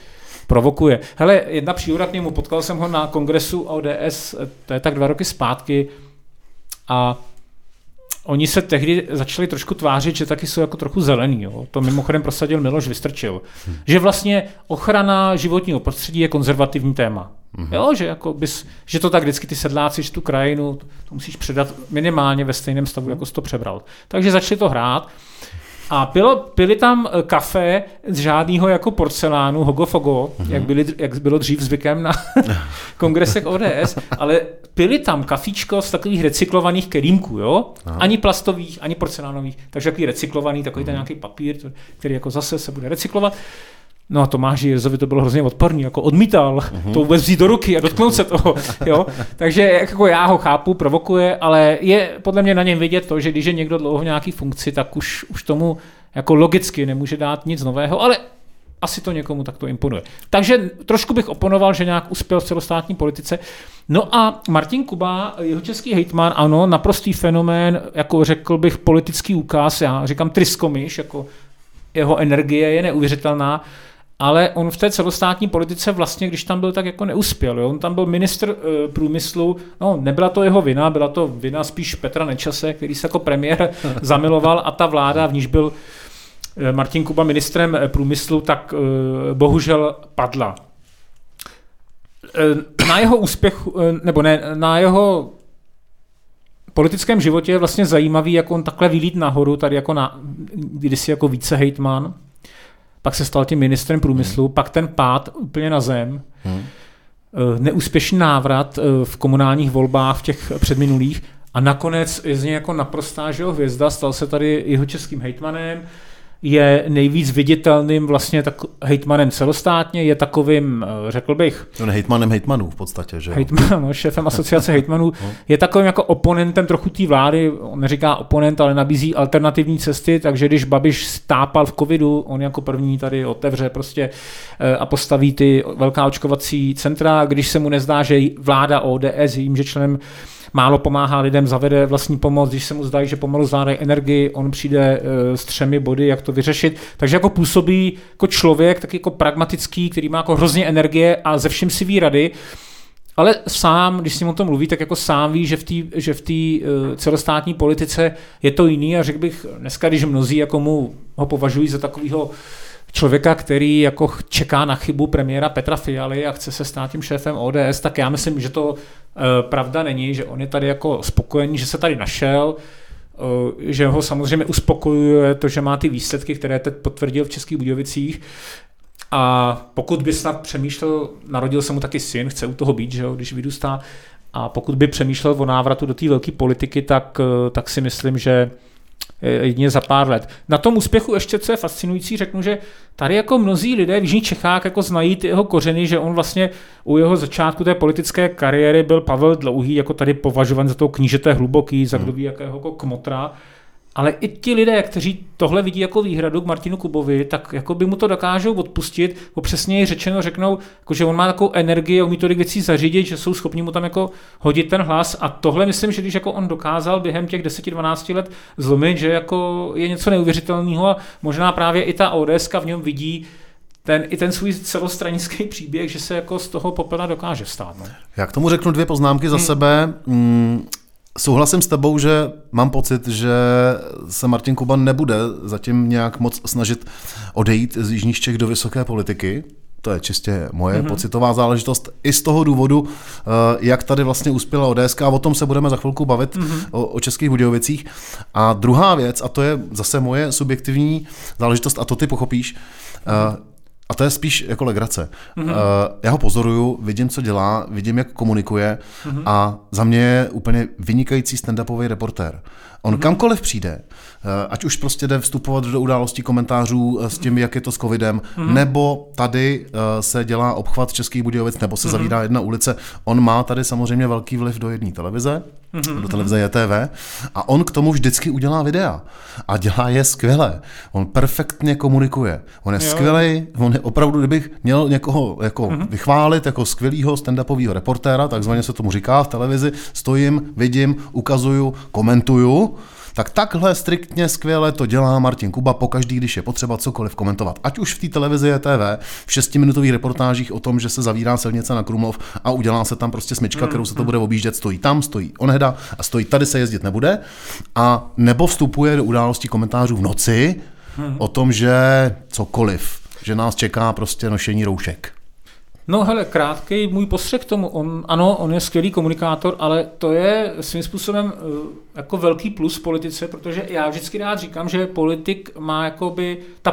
provokuje. Hele, jedna příhoda k němu, potkal jsem ho na kongresu ODS, to je tak 2 roky zpátky, a oni se tehdy začali trošku tvářit, že taky jsou jako trochu zelený. Jo? To mimochodem prosadil Miloš Vystrčil. Že vlastně ochrana životního prostředí je konzervativní téma. Jo? Že to tak vždycky ty sedláci, že tu krajinu to musíš předat minimálně ve stejném stavu, jako jsi to přebral. Takže začali to hrát. A pili tam kafe z žádného jako porcelánu, hogofogo, jak bylo dřív zvykem na kongresech ODS, ale pili tam kafíčko z takových recyklovaných kelímků, jo? Ani plastových, ani porcelánových, takže takový recyklovaný, takový ten nějaký papír, který jako zase se bude recyklovat. No a Tomáši Jirzovi to bylo hrozně odporný, jako odmítal to vůbec vzít do ruky a dotknout se toho, jo. Takže jako já ho chápu, provokuje, ale je podle mě na něm vidět to, že když je někdo dlouho v nějaký funkci, tak už tomu jako logicky nemůže dát nic nového, ale asi to někomu takto imponuje. Takže trošku bych oponoval, že nějak uspěl v celostátní politice. No a Martin Kuba, jeho český hejtman, ano, naprostý fenomén, jako řekl bych politický úkaz, já říkám tryskomyš, jako jeho energie je neuvěřitelná, ale on v té celostátní politice vlastně, když tam byl, tak jako neuspěl. Jo? On tam byl ministr průmyslu, no nebyla to jeho vina, byla to vina spíš Petra Nečase, který se jako premiér zamiloval a ta vláda, v níž byl Martin Kuba ministrem průmyslu, tak bohužel padla. Na jeho úspěchu, nebo ne, na jeho politickém životě je vlastně zajímavý, jak on takhle vylít nahoru, tady jako kdysi jako vicehejtman, pak se stal tím ministrem průmyslu, pak ten pád úplně na zem, neúspěšný návrat v komunálních volbách v těch předminulých a nakonec je z něj jako naprostá hvězda, stal se tady jeho českým hejtmanem, je nejvíc viditelným vlastně tak hejtmanem celostátně, je takovým, řekl bych... On hejtmanem hejtmanů v podstatě, že jo? Hejtman, no, šéfem asociace hejtmanů. Je takovým jako oponentem trochu té vlády, on neříká oponent, ale nabízí alternativní cesty, takže když Babiš stápal v covidu, on jako první tady otevře prostě a postaví ty velká očkovací centra, když se mu nezdá, že vláda ODS, jím, že členem málo pomáhá lidem, zavede vlastní pomoc, když se mu zdají, že pomalu zvládají energii, on přijde s 3 body, jak to vyřešit. Takže jako působí jako člověk, taky jako pragmatický, který má jako hrozně energie a ze všem si ví rady, ale sám, když s ním o tom mluví, tak jako sám ví, že v té celostátní politice je to jiný a řekl bych dneska, když mnozí jako ho považují za takového člověka, který jako čeká na chybu premiéra Petra Fialy a chce se stát tím šéfem ODS, tak já myslím, že to pravda není, že on je tady jako spokojený, že se tady našel, že ho samozřejmě uspokojuje to, že má ty výsledky, které teď potvrdil v Českých Budějovicích. A pokud by snad přemýšlel, narodil se mu taky syn, chce u toho být, že jo, když vyrůstá, a pokud by přemýšlel o návratu do té velké politiky, tak si myslím, že jedině za pár let. Na tom úspěchu ještě, co je fascinující, řeknu, že tady jako mnozí lidé v Jižních Čechách jako znají ty jeho kořeny, že on vlastně u jeho začátku té politické kariéry byl Pavel Dlouhý, jako tady považovan za toho knížete hluboký, za kdo ví jakého jako kmotra. Ale i ti lidé, kteří tohle vidí jako výhradu k Martinu Kubovi, tak jako by mu to dokážou odpustit, bo přesněji řečeno řeknou, jako, že on má takovou energii, umí tolik věcí zařídit, že jsou schopni mu tam jako hodit ten hlas. A tohle myslím, že když jako on dokázal během těch 10-12 let zlomit, že jako je něco neuvěřitelného a možná právě i ta ODSka v něm vidí ten svůj celostranický příběh, že se jako z toho popela dokáže vstát. No. Já k tomu řeknu 2 poznámky za sebe. Souhlasím s tebou, že mám pocit, že se Martin Kuba nebude zatím nějak moc snažit odejít z Jižních Čech do vysoké politiky. To je čistě moje pocitová záležitost. I z toho důvodu, jak tady vlastně uspěla ODS, a o tom se budeme za chvilku bavit, o Českých Budějovicích. A druhá věc, a to je zase moje subjektivní záležitost, a to ty pochopíš, a to je spíš jako legrace. Já ho pozoruju, vidím, co dělá, vidím, jak komunikuje a za mě je úplně vynikající stand-upový reportér. On kamkoliv přijde, ať už prostě jde vstupovat do událostí komentářů s tím, jak je to s covidem, nebo tady se dělá obchvat Českých Budějovic, nebo se zavírá jedna ulice. On má tady samozřejmě velký vliv do jedné televize, do televize JTV, a on k tomu vždycky udělá videa. A dělá je skvěle. On perfektně komunikuje. On je skvělej, on je opravdu, kdybych měl někoho jako vychválit jako skvělýho stand-upovýho reportéra, takzvaně se tomu říká v televizi, stojím, vidím, ukazuju, komentuju, Tak takhle striktně skvěle to dělá Martin Kuba pokaždý, když je potřeba cokoliv komentovat. Ať už v té televizi TV, v 6minutových reportážích o tom, že se zavírá silnice na Krumlov a udělá se tam prostě smyčka, kterou se to bude objíždět, stojí tam, stojí onehda a stojí tady, se jezdit nebude. A nebo vstupuje do událostí komentářů v noci o tom, že cokoliv, že nás čeká prostě nošení roušek. No hele, krátkej můj postřeh k tomu. On je skvělý komunikátor, ale to je svým způsobem jako velký plus v politice, protože já vždycky rád říkám, že politik má jakoby, ta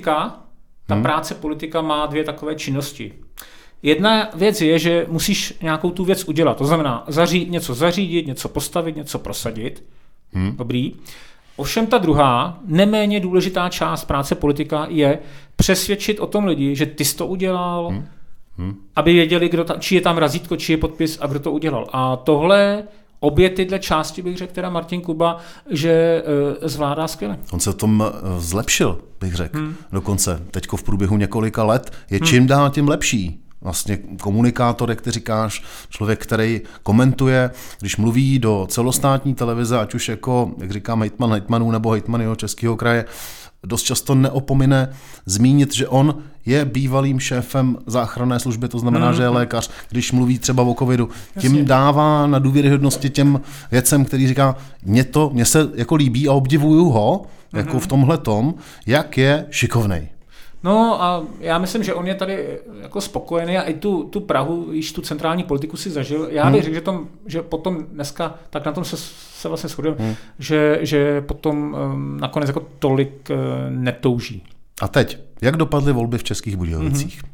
práce politika má dvě takové činnosti. Jedna věc je, že musíš nějakou tu věc udělat, to znamená něco zařídit, něco postavit, něco prosadit. Dobrý. Ovšem ta druhá, neméně důležitá část práce politika je přesvědčit o tom lidi, že ty jsi to udělal, aby věděli, či je tam razítko, či je podpis a kdo to udělal. A tohle, obě tyhle části bych řekl, teda Martin Kuba, že zvládá skvěle. On se v tom zlepšil, bych řekl. Dokonce teďko v průběhu několika let je čím dál tím lepší. Vlastně komunikátor, jak ty říkáš, člověk, který komentuje, když mluví do celostátní televize, ať už jako, jak říkám, hejtman hejtmanů nebo hejtman jeho Českého kraje, dost často neopomine zmínit, že on je bývalým šéfem záchranné služby, to znamená, že je lékař. Když mluví třeba o covidu, tím dává na důvěryhodnosti těm věcem, který říká, mně se jako líbí a obdivuju ho, jako v tomhletom, jak je šikovnej. No a já myslím, že on je tady jako spokojený a i tu Prahu, již tu centrální politiku si zažil. Já bych řekl, že potom dneska, tak na tom se vlastně shodujeme, že potom nakonec jako tolik netouží. A teď, jak dopadly volby v Českých Budějovicích?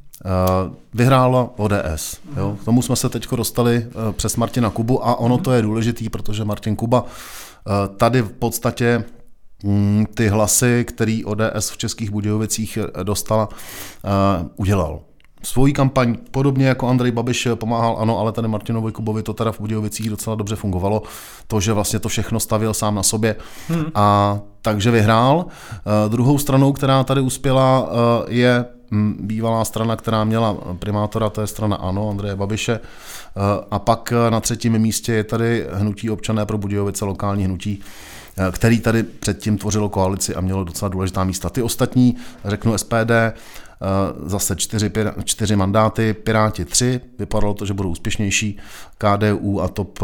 Vyhrála ODS. Jo? K tomu jsme se teď dostali přes Martina Kubu a ono to je důležitý, protože Martin Kuba tady v podstatě ty hlasy, který ODS v Českých Budějovicích dostala, udělal. Svojí kampaň, podobně jako Andrej Babiš pomáhal, ano, ale tady Martinovi Kubovi to teda v Budějovicích docela dobře fungovalo, to, že vlastně to všechno stavěl sám na sobě a takže vyhrál. Druhou stranou, která tady uspěla, je bývalá strana, která měla primátora, to je strana ANO, Andreje Babiše, a pak na třetím místě je tady hnutí Občané pro Budějovice, lokální hnutí, který tady předtím tvořilo koalici a mělo docela důležitá místa. Ty ostatní, řeknu SPD, zase 4 mandáty, Piráti 3, vypadalo to, že budou úspěšnější, KDU a TOP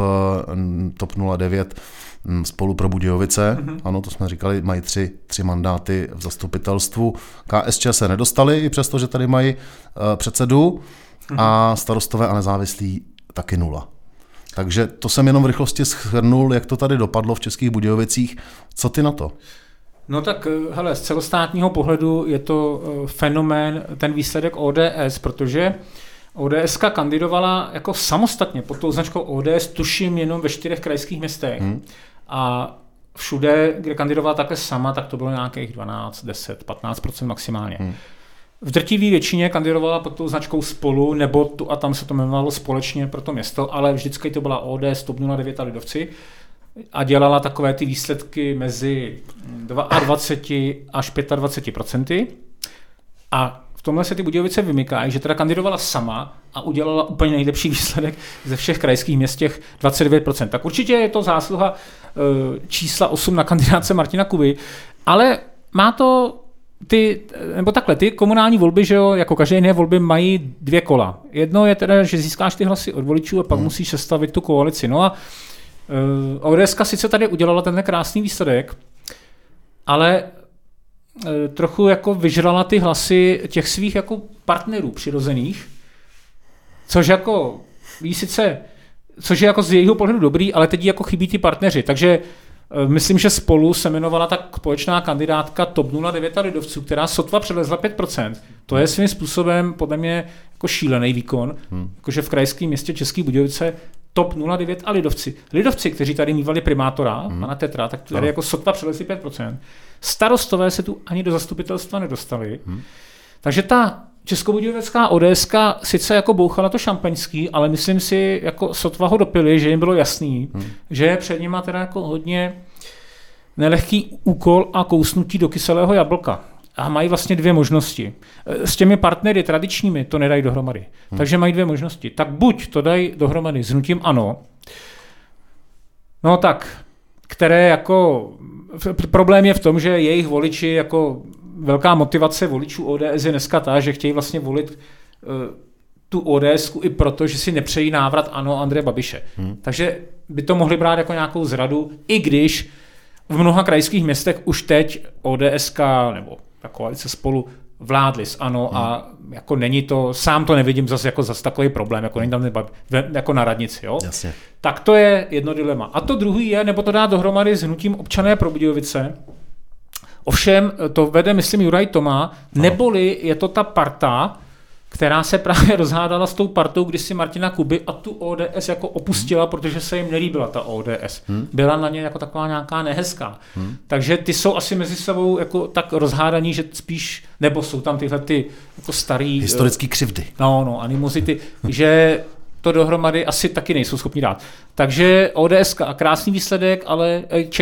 09 Spolu pro Budějovice, ano, to jsme říkali, mají 3 mandáty v zastupitelstvu. KSČ se nedostali, i přesto, že tady mají předsedu a Starostové a nezávislí taky 0. Takže to jsem jenom v rychlosti shrnul, jak to tady dopadlo v Českých Budějovicích. Co ty na to? No tak, hele, z celostátního pohledu je to fenomén, ten výsledek ODS, protože ODSka kandidovala jako samostatně pod tou značkou ODS, tuším jenom ve 4 krajských městech. A všude, kde kandidovala takhle sama, tak to bylo nějakých 12, 10, 15% maximálně. V drtivé většině kandidovala pod tou značkou Spolu, nebo tu a tam se to jmenovalo Společně pro to město, ale vždycky to byla ODS, TOP 09 a Lidovci a dělala takové ty výsledky mezi 22 až 25%. A v tomhle se ty Budějovice vymykají, že teda kandidovala sama a udělala úplně nejlepší výsledek ze všech krajských městech 29%. Tak určitě je to zásluha čísla 8 na kandidáce Martina Kuby, ale má to ty komunální volby, že jo, jako každé jiné volby mají 2 kola. Jedno je teda, že získáš ty hlasy od voličů a pak musíš sestavit tu koalici. No a ODSka sice tady udělala tenhle krásný výsledek, ale trochu jako vyžrala ty hlasy těch svých jako partnerů přirozených, což jako což je jako z jejího pohledu dobrý, ale teď jí jako chybí ty partneři, takže myslím, že Spolu se jmenovala ta společná kandidátka TOP 09 a Lidovců, která sotva přelezla 5%. To je svým způsobem podle mě jako šílený výkon, jakože v krajském městě České Budějovice TOP 09 a Lidovci. Lidovci, kteří tady mívali primátora, pana Tetra, tak tady jako sotva přelezli 5%. Starostové se tu ani do zastupitelstva nedostali. Takže ta českobudějovická ODSka sice jako bouchala to šampaňský, ale myslím si, jako sotva ho dopili, že jim bylo jasný, že je před nima teda jako hodně nelehký úkol a kousnutí do kyselého jablka. A mají vlastně 2 možnosti. S těmi partnery tradičními to nedají dohromady. Takže mají 2 možnosti. Tak buď to dají dohromady s hnutím ANO, no tak které jako... Problém je v tom, že jejich voliči, jako velká motivace voličů ODS je dneska ta, že chtějí vlastně volit tu ODSku i proto, že si nepřejí návrat ANO Andreje Babiše. Takže by to mohli brát jako nějakou zradu, i když v mnoha krajských městech už teď ODSK nebo ta koalice Spolu vládli s ANO a jako není to, sám to nevidím zase takový problém, jako není tam jako na radnici. Jo? Jasně. Tak to je jedno dilema. A to druhý je, nebo to dá dohromady s hnutím Občané pro Budějovice. Ovšem to vede, myslím, Juraj Toma, neboli je to ta parta, která se právě rozhádala s tou partou kdysi Martina Kuby a tu ODS jako opustila, protože se jim nelíbila ta ODS. Byla na ně jako taková nějaká nehezká. Takže ty jsou asi mezi sebou jako tak rozhádaní, že spíš, nebo jsou tam tyhle ty jako starý... Historický křivdy. No, animozity, že to dohromady asi taky nejsou schopni dát. Takže ODS a krásný výsledek, ale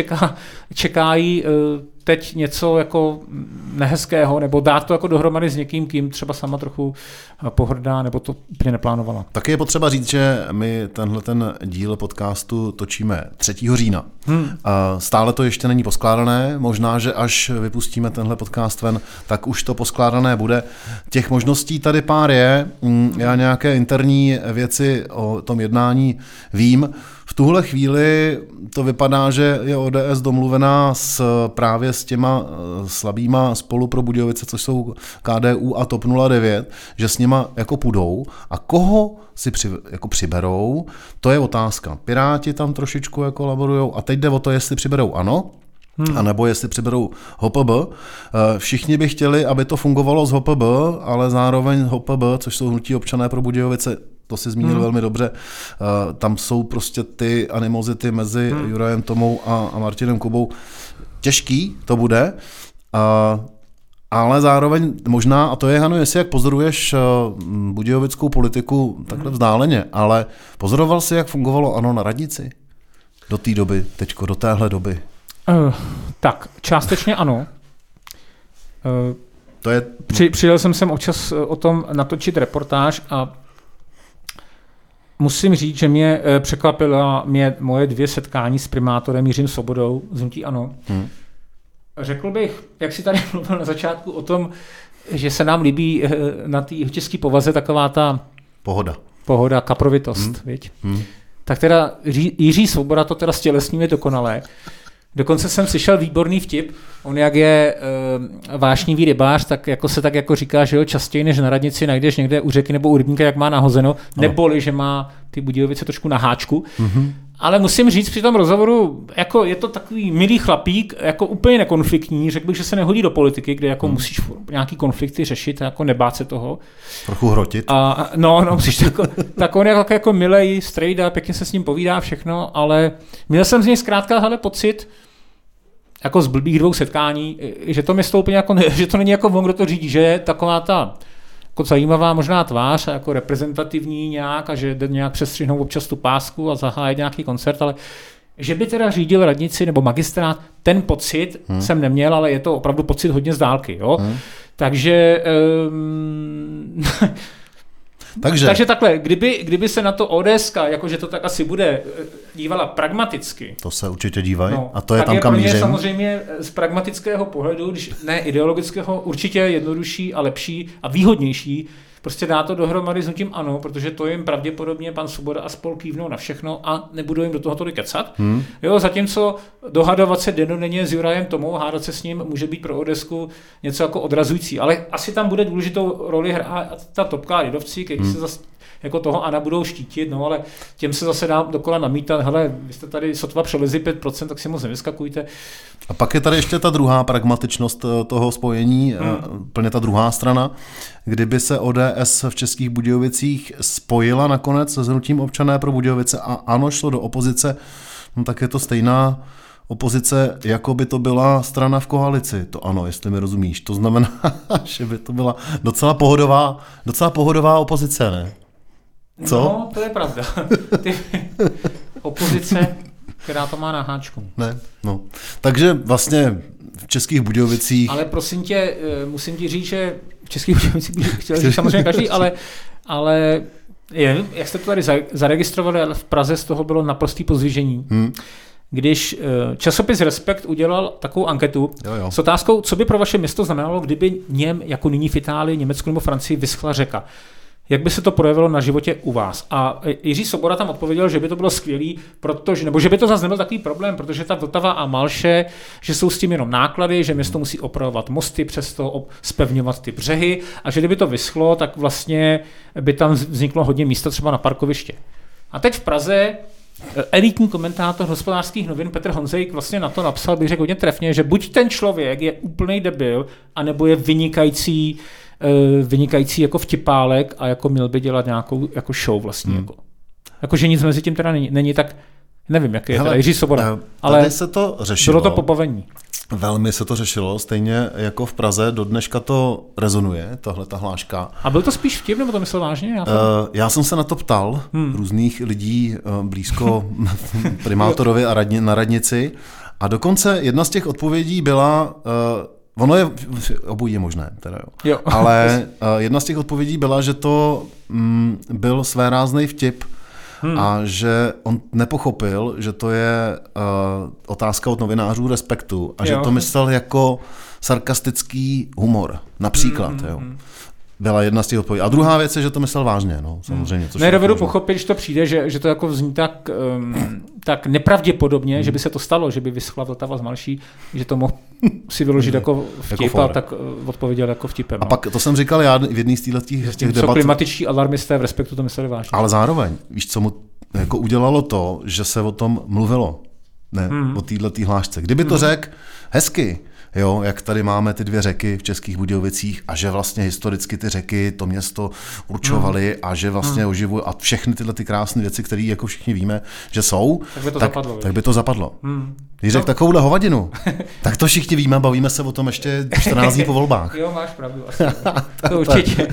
čekají teď něco jako nehezkého, nebo dát to jako dohromady s někým, kým třeba sama trochu pohrdá, nebo to úplně neplánovala. Taky je potřeba říct, že my ten díl podcastu točíme 3. října. Stále to ještě není poskládané, možná, že až vypustíme tenhle podcast ven, tak už to poskládané bude. Těch možností tady pár je, já nějaké interní věci o tom jednání vím. V tuhle chvíli to vypadá, že je ODS domluvená právě s těma slabýma Spolu pro Budějovice, což jsou KDU a TOP 09, že s nima jako půjdou a koho si jako přiberou, to je otázka. Piráti tam trošičku jako laborujou a teď jde o to, jestli přiberou ANO, anebo jestli přiberou HOPB. Všichni by chtěli, aby to fungovalo z HOPB, ale zároveň HOPB, což jsou hnutí Občané pro Budějovice, to si zmínil velmi dobře, tam jsou prostě ty animozity mezi Jurajem Tomou a Martinem Kubou. Těžký to bude, ale zároveň možná, a to je, Hano, jestli jak pozoruješ budějovickou politiku takhle vzdáleně, ale pozoroval jsi, jak fungovalo ANO na radnici do té doby, teďko, do téhle doby? Tak, částečně ano. To je... Přijel jsem sem občas o tom natočit reportáž a musím říct, že mě překvapila moje 2 setkání s primátorem Jiřím Svobodou z hnutí ANO. Řekl bych, jak si tady mluvil na začátku o tom, že se nám líbí na té české povaze taková ta pohoda, kaprovitost, viď? Tak teda Jiří Svoboda to teda stělesňuje dokonale. Dokonce jsem slyšel výborný vtip, on jak je vášnivý rybář, tak jako se tak jako říká, že jo, častěji než na radnici najdeš někde u řeky nebo u rybníka, jak má nahozeno, neboli, že má ty Budějovice trošku na háčku. Ale musím říct při tom rozhovoru, jako je to takový milý chlapík, jako úplně nekonfliktní, řekl bych, že se nehodí do politiky, kde jako musíš nějaký konflikty řešit a jako nebát se toho. Trochu hrotit. A no, tak on je jako milej, strejda, pěkně se s ním povídá všechno, ale měl jsem z něj zkrátka pocit, jako z blbých 2 setkání, že to město úplně jako, že to není jako on, kdo to řídí, že je taková ta jako zajímavá možná tvář a jako reprezentativní nějak a že jde nějak přestřihnout občas tu pásku a zahájit nějaký koncert, ale že by teda řídil radnici nebo magistrát, ten pocit jsem neměl, ale je to opravdu pocit hodně z dálky. Jo? Takže Takže takhle, kdyby se na to ODS, jakože to tak asi bude, dívala pragmaticky. To se určitě dívají a to je tam, kam mířím. Tak je pro mě samozřejmě z pragmatického pohledu, když ne ideologického, určitě jednodušší a lepší a výhodnější, prostě dá to dohromady s hnutím ANO, protože to jim pravděpodobně pan Svoboda a spol kývnou na všechno a nebudou jim do toho tolik kecat. Jo, zatímco dohadovat se dennodenně s Jurajem Tomou, hádat se s ním může být pro ODSku něco jako odrazující, ale asi tam bude důležitou roli hrát ta topka lidovci, kteří se zase jako toho ANO budou štítit, no ale těm se zase dá dokola namítat, hele, vy jste tady sotva přelezli 5%, tak si moc nevyskakujte. A pak je tady ještě ta druhá pragmatičnost toho spojení, plně ta druhá strana. Kdyby se ODS v Českých Budějovicích spojila nakonec s hnutím Občané pro Budějovice a ANO šlo do opozice, no tak je to stejná opozice, jako by to byla strana v koalici. To ano, jestli mi rozumíš. To znamená, že by to byla docela pohodová opozice, ne? Co? No, to je pravda. Ty opozice, která to má na háčku. Ne, no. Takže vlastně v Českých Budějovicích... Ale prosím tě, musím ti říct, že v Českých Budějovicích bych chtěl říct samozřejmě každý, ale jak jste to tady zaregistrovali, ale v Praze z toho bylo naprostý pozdvižení. když časopis Respekt udělal takovou anketu s otázkou, co by pro vaše město znamenalo, kdyby něm, jako nyní v Itálii, Německu nebo Francii, vyschla řeka. Jak by se to projevilo na životě u vás? A Jiří Sobora tam odpověděl, že by to bylo skvělý, nebo že by to zase nebyl takový problém, protože ta Vltava a Malše, že jsou s tím jenom náklady, že město musí opravovat mosty, přesto zpevňovat ty břehy a že kdyby to vyschlo, tak vlastně by tam vzniklo hodně místa třeba na parkoviště. A teď v Praze elitní komentátor Hospodářských novin Petr Honzejk vlastně na to napsal, bych řekl hodně trefně, že buď ten člověk je úplnej debil, anebo je vynikající jako vtipálek a jako měl by dělat nějakou jako show vlastně. Jako že nic mezi tím teda není tak, nevím, jak je teda Jiří Svoboda, ale se to řešilo. Bylo to pobavení. Velmi se to řešilo, stejně jako v Praze, do dneška to rezonuje, tahle ta hláška. A byl to spíš vtip, nebo to myslel vážně? Já jsem se na to ptal různých lidí blízko primátorovi a na radnici a dokonce jedna z těch odpovědí byla, ono je, obojí je možné, teda jo. Ale jedna z těch odpovědí byla, že to byl svéráznej vtip, a že on nepochopil, že to je otázka od novinářů Respektu a že to myslel jako sarkastický humor, například. Jo. Byla jedna z těch odpovědí. A druhá věc je, že to myslel vážně, no, samozřejmě. Nedovedu pochopit, že to přijde, že to jako zní tak nepravděpodobně, že by se to stalo, že by vyschla Vltava z Malší, že to mohl si vyložit jako vtip a tak odpověděl jako vtipem. A pak, to jsem říkal já v jedné z těch debat. Klimatičtí alarmisté v Respektu to mysleli vážně. Ale zároveň, víš, co mu jako udělalo to, že se o tom mluvilo, ne, o této hlášce. Kdyby to řekl hezky, jo, jak tady máme ty 2 řeky v Českých Budějovicích a že vlastně historicky ty řeky to město určovaly a že vlastně oživují a všechny tyhle ty krásné věci, které jako všichni víme, že jsou, tak by to zapadlo. Když řekl takovouhle hovadinu, tak to všichni víme, bavíme se o tom ještě 14 dní po volbách. Jo, máš pravdu. Asi. To určitě.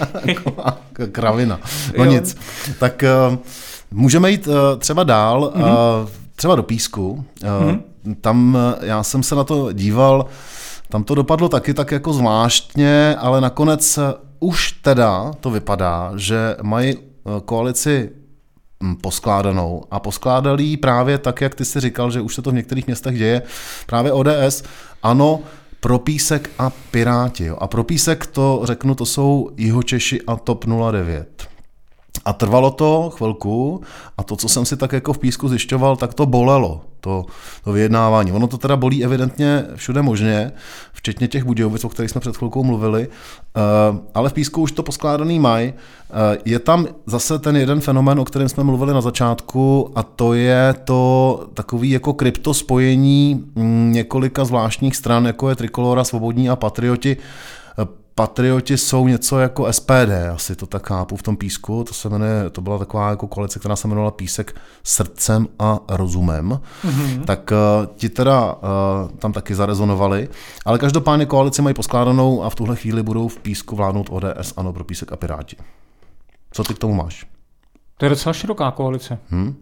Kravina. No nic. Tak můžeme jít třeba dál, třeba do Písku. Tam já jsem se na to díval, tam to dopadlo taky tak jako zvláštně, ale nakonec už teda to vypadá, že mají koalici poskládanou a poskládali ji právě tak, jak ty jsi říkal, že už se to v některých městech děje, právě ODS, ANO, Pro Písek a Piráti. Jo. A Pro Písek, to řeknu, to jsou Jihočeši a TOP 09. A trvalo to chvilku a to, co jsem si tak jako v Písku zjišťoval, tak to bolelo, to vyjednávání. Ono to teda bolí evidentně všude možně, včetně těch Budějovic, o kterých jsme před chvilkou mluvili, ale v Písku už to poskládaný mají. Je tam zase ten jeden fenomén, o kterém jsme mluvili na začátku, a to je to takový jako kryptospojení několika zvláštních stran, jako je Trikolora, Svobodní a Patrioti. Patrioti jsou něco jako SPD, asi to tak chápu v tom Písku, to byla taková jako koalice, která se jmenovala Písek srdcem a rozumem, tak ti teda tam taky zarezonovali, ale každopádně koalici mají poskládanou a v tuhle chvíli budou v Písku vládnout ODS, ANO, Pro Písek a Piráti. Co ty k tomu máš? To je docela široká koalice.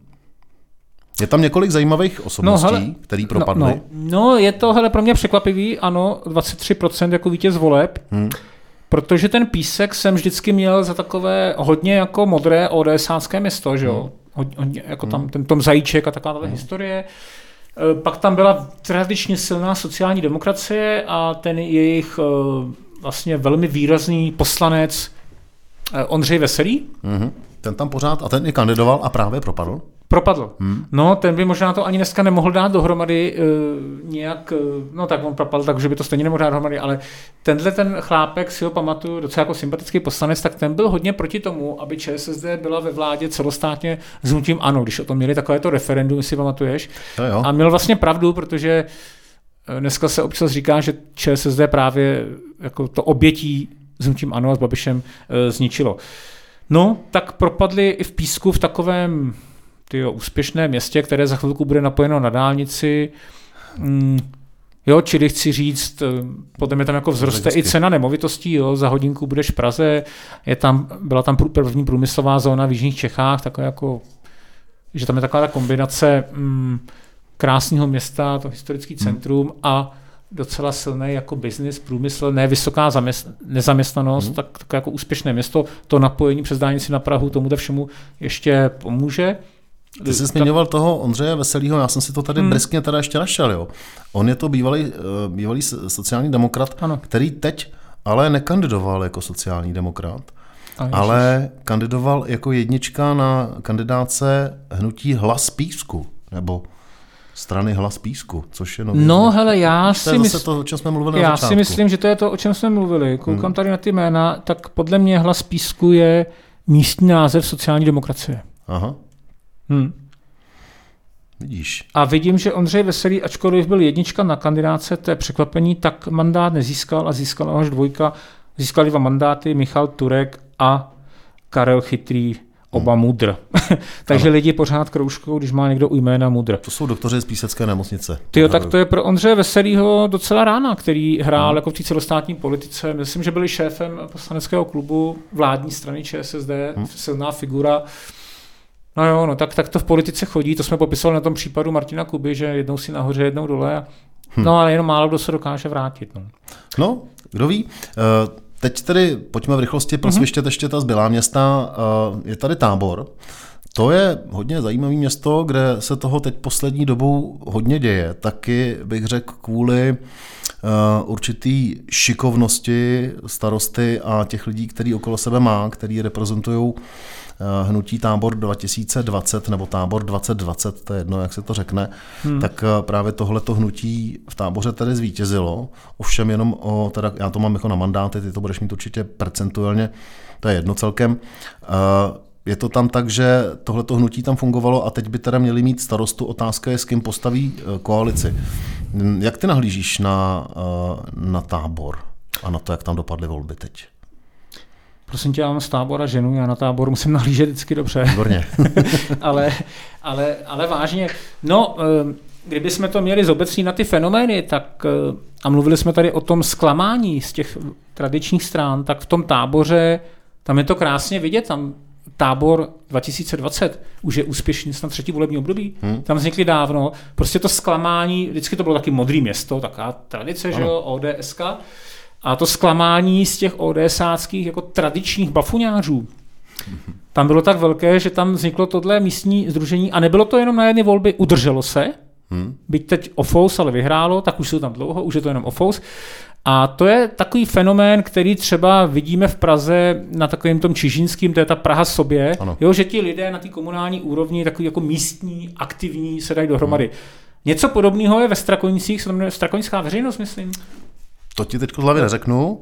Je tam několik zajímavých osobností, který propadly. No, je to pro mě překvapivý, ano, 23% jako vítěz voleb, protože ten Písek jsem vždycky měl za takové hodně jako modré ODSácké město, že jo? Hodně, jako tam ten Tom Zajíček a taková historie. Pak tam byla tradičně silná sociální demokracie a ten jejich vlastně velmi výrazný poslanec Ondřej Veselý. Ten tam pořád, a ten i kandidoval a právě propadl. No, ten by možná to ani dneska nemohl dát dohromady nějak, no tak on propadl, takže by to stejně nemohl dát dohromady, ale tenhle ten chlápek, si ho pamatuju, docela jako sympatický poslanec, tak ten byl hodně proti tomu, aby ČSSD byla ve vládě celostátně s hnutím ANO, když o tom měli takovéto referendum, si pamatuješ. A měl vlastně pravdu, protože dneska se občas říká, že ČSSD právě jako to obětí s hnutím ANO a s Babišem zničilo. No, tak propadli i v Písku v takovém úspěšné městě, které za chvilku bude napojeno na dálnici. Jo, čili chci říct, potom je tam jako vzroste i cena nemovitostí, jo, za hodinku budeš v Praze, byla tam první průmyslová zóna v jižních Čechách, takové jako, že tam je taková ta kombinace krásného města, to historický centrum a docela silný jako business, průmysl, ne vysoká nezaměstnanost, tak jako úspěšné město, to napojení přes dálnici na Prahu tomuto všemu ještě pomůže. Ty jsi zmiňoval toho Ondřeje Veselýho, já jsem si to tady briskně teda ještě našel. Jo. On je to bývalý sociální demokrat, ano. Který teď ale nekandidoval jako sociální demokrat, ale kandidoval jako jednička na kandidáce hnutí Hlas Písku, nebo strany Hlas Písku, což je nový. No hele, já si myslím, že to je to, o čem jsme mluvili. Koukám tady na ty jména, tak podle mě Hlas Písku je místní název sociální demokracie. Aha. Vidíš. A vidím, že Ondřej Veselý, ačkoliv byl jednička na kandidáce, to je překvapení, tak mandát nezískal a získal až dvojka. Získali 2 mandáty, Michal Turek a Karel Chytrý, oba Mudr. Takže lidi pořád kroužkou, když má někdo u jména Mudr. To jsou doktoři z Písecké nemocnice. Tyjo, tak to je pro Ondřeje Veselýho docela rána, který hrál jako v té celostátní politice. Myslím, že byli šéfem poslaneckého klubu vládní strany ČSSD, silná figura. No jo, no tak to v politice chodí, to jsme popisovali na tom případu Martina Kuby, že jednou si nahoře, jednou dole. No ale jenom málo kdo se dokáže vrátit. No kdo ví. Teď tedy pojďme v rychlosti prosvištět ještě ta zbylá města. Je tady Tábor. To je hodně zajímavé město, kde se toho teď poslední dobou hodně děje. Taky bych řekl kvůli určitý šikovnosti starosty a těch lidí, který okolo sebe má, který reprezentují hnutí Tábor 2020 nebo Tábor 2020, to je jedno, jak se to řekne, tak právě tohleto hnutí v Táboře tady zvítězilo. Ovšem jenom teda já to mám jako na mandáty, ty to budeš mít určitě percentuálně, to je jedno celkem. Je to tam tak, že tohleto hnutí tam fungovalo a teď by teda měli mít starostu. Otázka je, s kým postaví koalici. Jak ty nahlížíš na Tábor a na to, jak tam dopadly volby teď? Prosím tě, já mám z Tábora ženu, já na Tábor musím nahlížet vždycky dobře. Výborně. ale vážně, no, kdyby jsme to měli zobecnit na ty fenomény, tak, a mluvili jsme tady o tom zklamání z těch tradičních stran, tak v tom Táboře, tam je to krásně vidět, tam Tábor 2020 už je úspěšný snad 3. volební období. Tam vznikly dávno. Prostě to zklamání, vždycky to bylo taky modrý město, taková tradice, že jo, ODSK. A to zklamání z těch ODSáckých jako tradičních bafuňářů, tam bylo tak velké, že tam vzniklo tohle místní sdružení a nebylo to jenom na jedny volby, udrželo se, byť teď Ofous, ale vyhrálo, tak už jsou tam dlouho, už je to jenom Ofous. A to je takový fenomén, který třeba vidíme v Praze na takovém tom čižínským, to je ta Praha sobě, jo, že ti lidé na té komunální úrovni, takový jako místní, aktivní, se dají dohromady. Něco podobného je ve Strakonicích, se to jmenuje Strakonická veřejnost, myslím. To ti teď z hlavy neřeknu.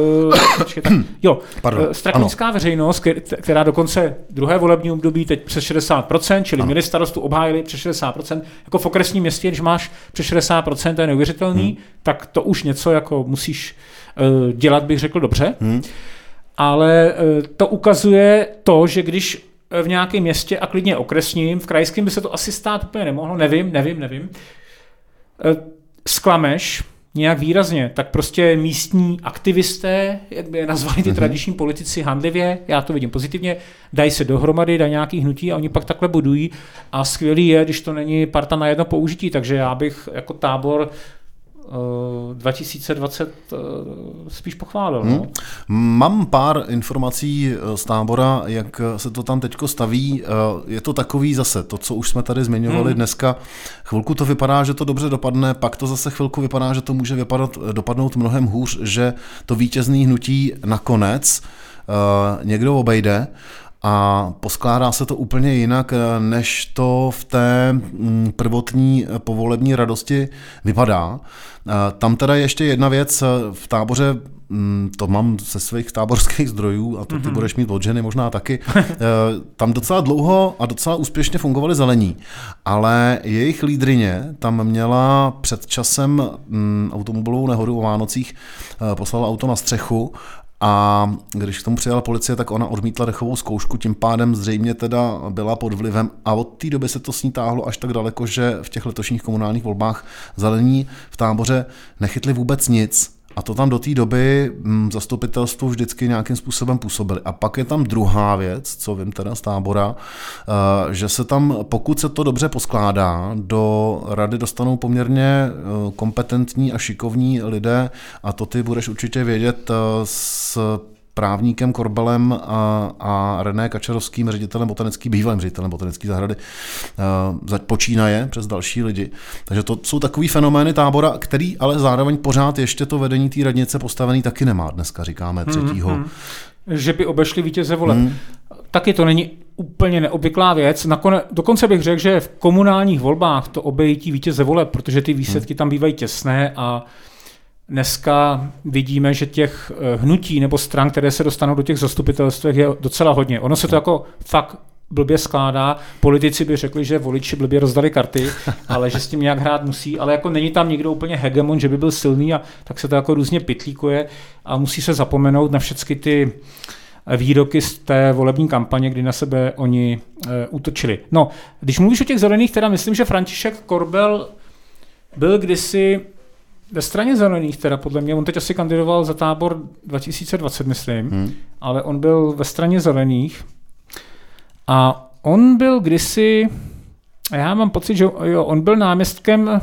Strakonická veřejnost, která dokonce druhé volební období teď přes 60%, čili měli starostu obhájili přes 60%. Jako v okresním městě, když máš přes 60%, to je neuvěřitelný, tak to už něco jako musíš dělat, bych řekl, dobře. Ale to ukazuje to, že když v nějakém městě a klidně okresním, v krajském by se to asi stát úplně nemohlo, nevím, sklameš nějak výrazně, tak prostě místní aktivisté, jak by je nazvali ty tradiční politici handlivě, já to vidím pozitivně, dají se dohromady, dají nějaký hnutí a oni pak takhle budují a skvělý je, když to není parta na jedno použití, takže já bych jako Tábor 2020 spíš pochválil. No? Mám pár informací z Tábora, jak se to tam teďko staví. Je to takový zase, to, co už jsme tady zmiňovali dneska. Chvilku to vypadá, že to dobře dopadne, pak to zase chvilku vypadá, že to může dopadnout mnohem hůř, že to vítězný hnutí nakonec někdo obejde. A poskládá se to úplně jinak, než to v té prvotní povolební radosti vypadá. Tam teda ještě jedna věc, v Táboře, to mám ze svých táborských zdrojů, a to ty budeš mít od ženy možná taky, tam docela dlouho a docela úspěšně fungovali zelení, ale jejich lídryně tam měla před časem automobilovou nehodu o Vánocích, poslala auto na střechu. A když k tomu přijela policie, tak ona odmítla dechovou zkoušku, tím pádem zřejmě teda byla pod vlivem a od té doby se to s ní táhlo až tak daleko, že v těch letošních komunálních volbách zelení v Táboře nechytli vůbec nic. A to tam do té doby zastupitelstvo vždycky nějakým způsobem působili. A pak je tam druhá věc, co vím teda z Tábora, že se tam, pokud se to dobře poskládá, do rady dostanou poměrně kompetentní a šikovní lidé, a to ty budeš určitě vědět z právníkem Korbelem a René Kačarovským, bývalým ředitelem botanické zahrady, počínaje přes další lidi. Takže to jsou takový fenomény tábora, který ale zároveň pořád ještě to vedení té radnice postavený taky nemá. Dneska říkáme 3. Že by obešli vítěze voleb. Taky to není úplně neobvyklá věc. Dokonce bych řekl, že v komunálních volbách to obejítí vítěze voleb, protože ty výsledky tam bývají těsné a dneska vidíme, že těch hnutí nebo stran, které se dostanou do těch zastupitelstv, je docela hodně. Ono se to jako fakt blbě skládá. Politici by řekli, že voliči blbě rozdali karty, ale že s tím nějak hrát musí, ale jako není tam nikdo úplně hegemon, že by byl silný a tak se to jako různě pytlíkuje a musí se zapomenout na všechny ty výroky z té volební kampaně, kdy na sebe oni útočili. No, když mluvíš o těch zelených, teda myslím, že František Korbel byl kdysi ve straně zelených, teda podle mě, on teď asi kandidoval za Tábor 2020, myslím, ale on byl ve straně zelených a on byl kdysi, já mám pocit, že jo, on byl náměstkem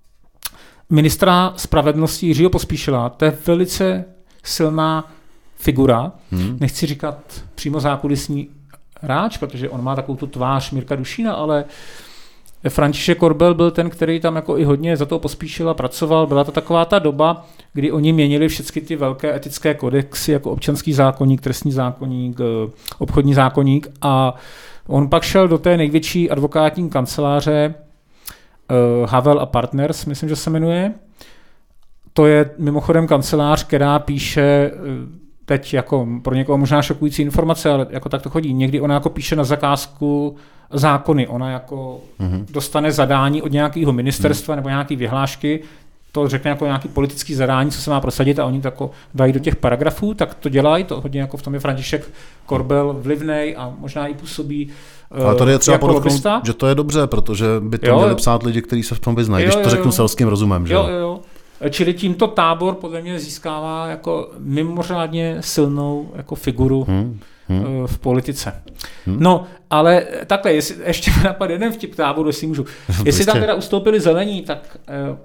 ministra spravedlnosti Jiřího Pospíšila. To je velice silná figura. Nechci říkat přímo zákulisní hráč, protože on má takovou tu tvář Mirka Dušína, ale František Korbel byl ten, který tam jako i hodně za to Pospíšila pracoval. Byla to taková ta doba, kdy oni měnili všechny ty velké etické kodexy, jako občanský zákoník, trestní zákoník, obchodní zákoník a on pak šel do té největší advokátní kanceláře Havel a Partners, myslím, že se jmenuje. To je mimochodem kancelář, která píše teď jako pro někoho možná šokující informace, ale jako tak to chodí. Někdy ona jako píše na zakázku zákony. Ona jako dostane zadání od nějakého ministerstva nebo nějaké vyhlášky, to řekne jako nějaký politický zadání, co se má prosadit a oni to jako dají do těch paragrafů, tak to dělají, to hodně jako v tom je František Korbel vlivnej a možná i působí. Ale tady je třeba podotknout, že to je dobře, protože by to měli psát lidi, kteří se v tom vyznají, když to řeknu selským rozumem. Že? Jo. Čili tímto Tábor podle mě získává jako mimořádně silnou jako figuru v politice. No, ale takhle, ještě mi napadl jeden vtip Táboru, jestli můžu. Jestli tam teda ustoupili zelení, tak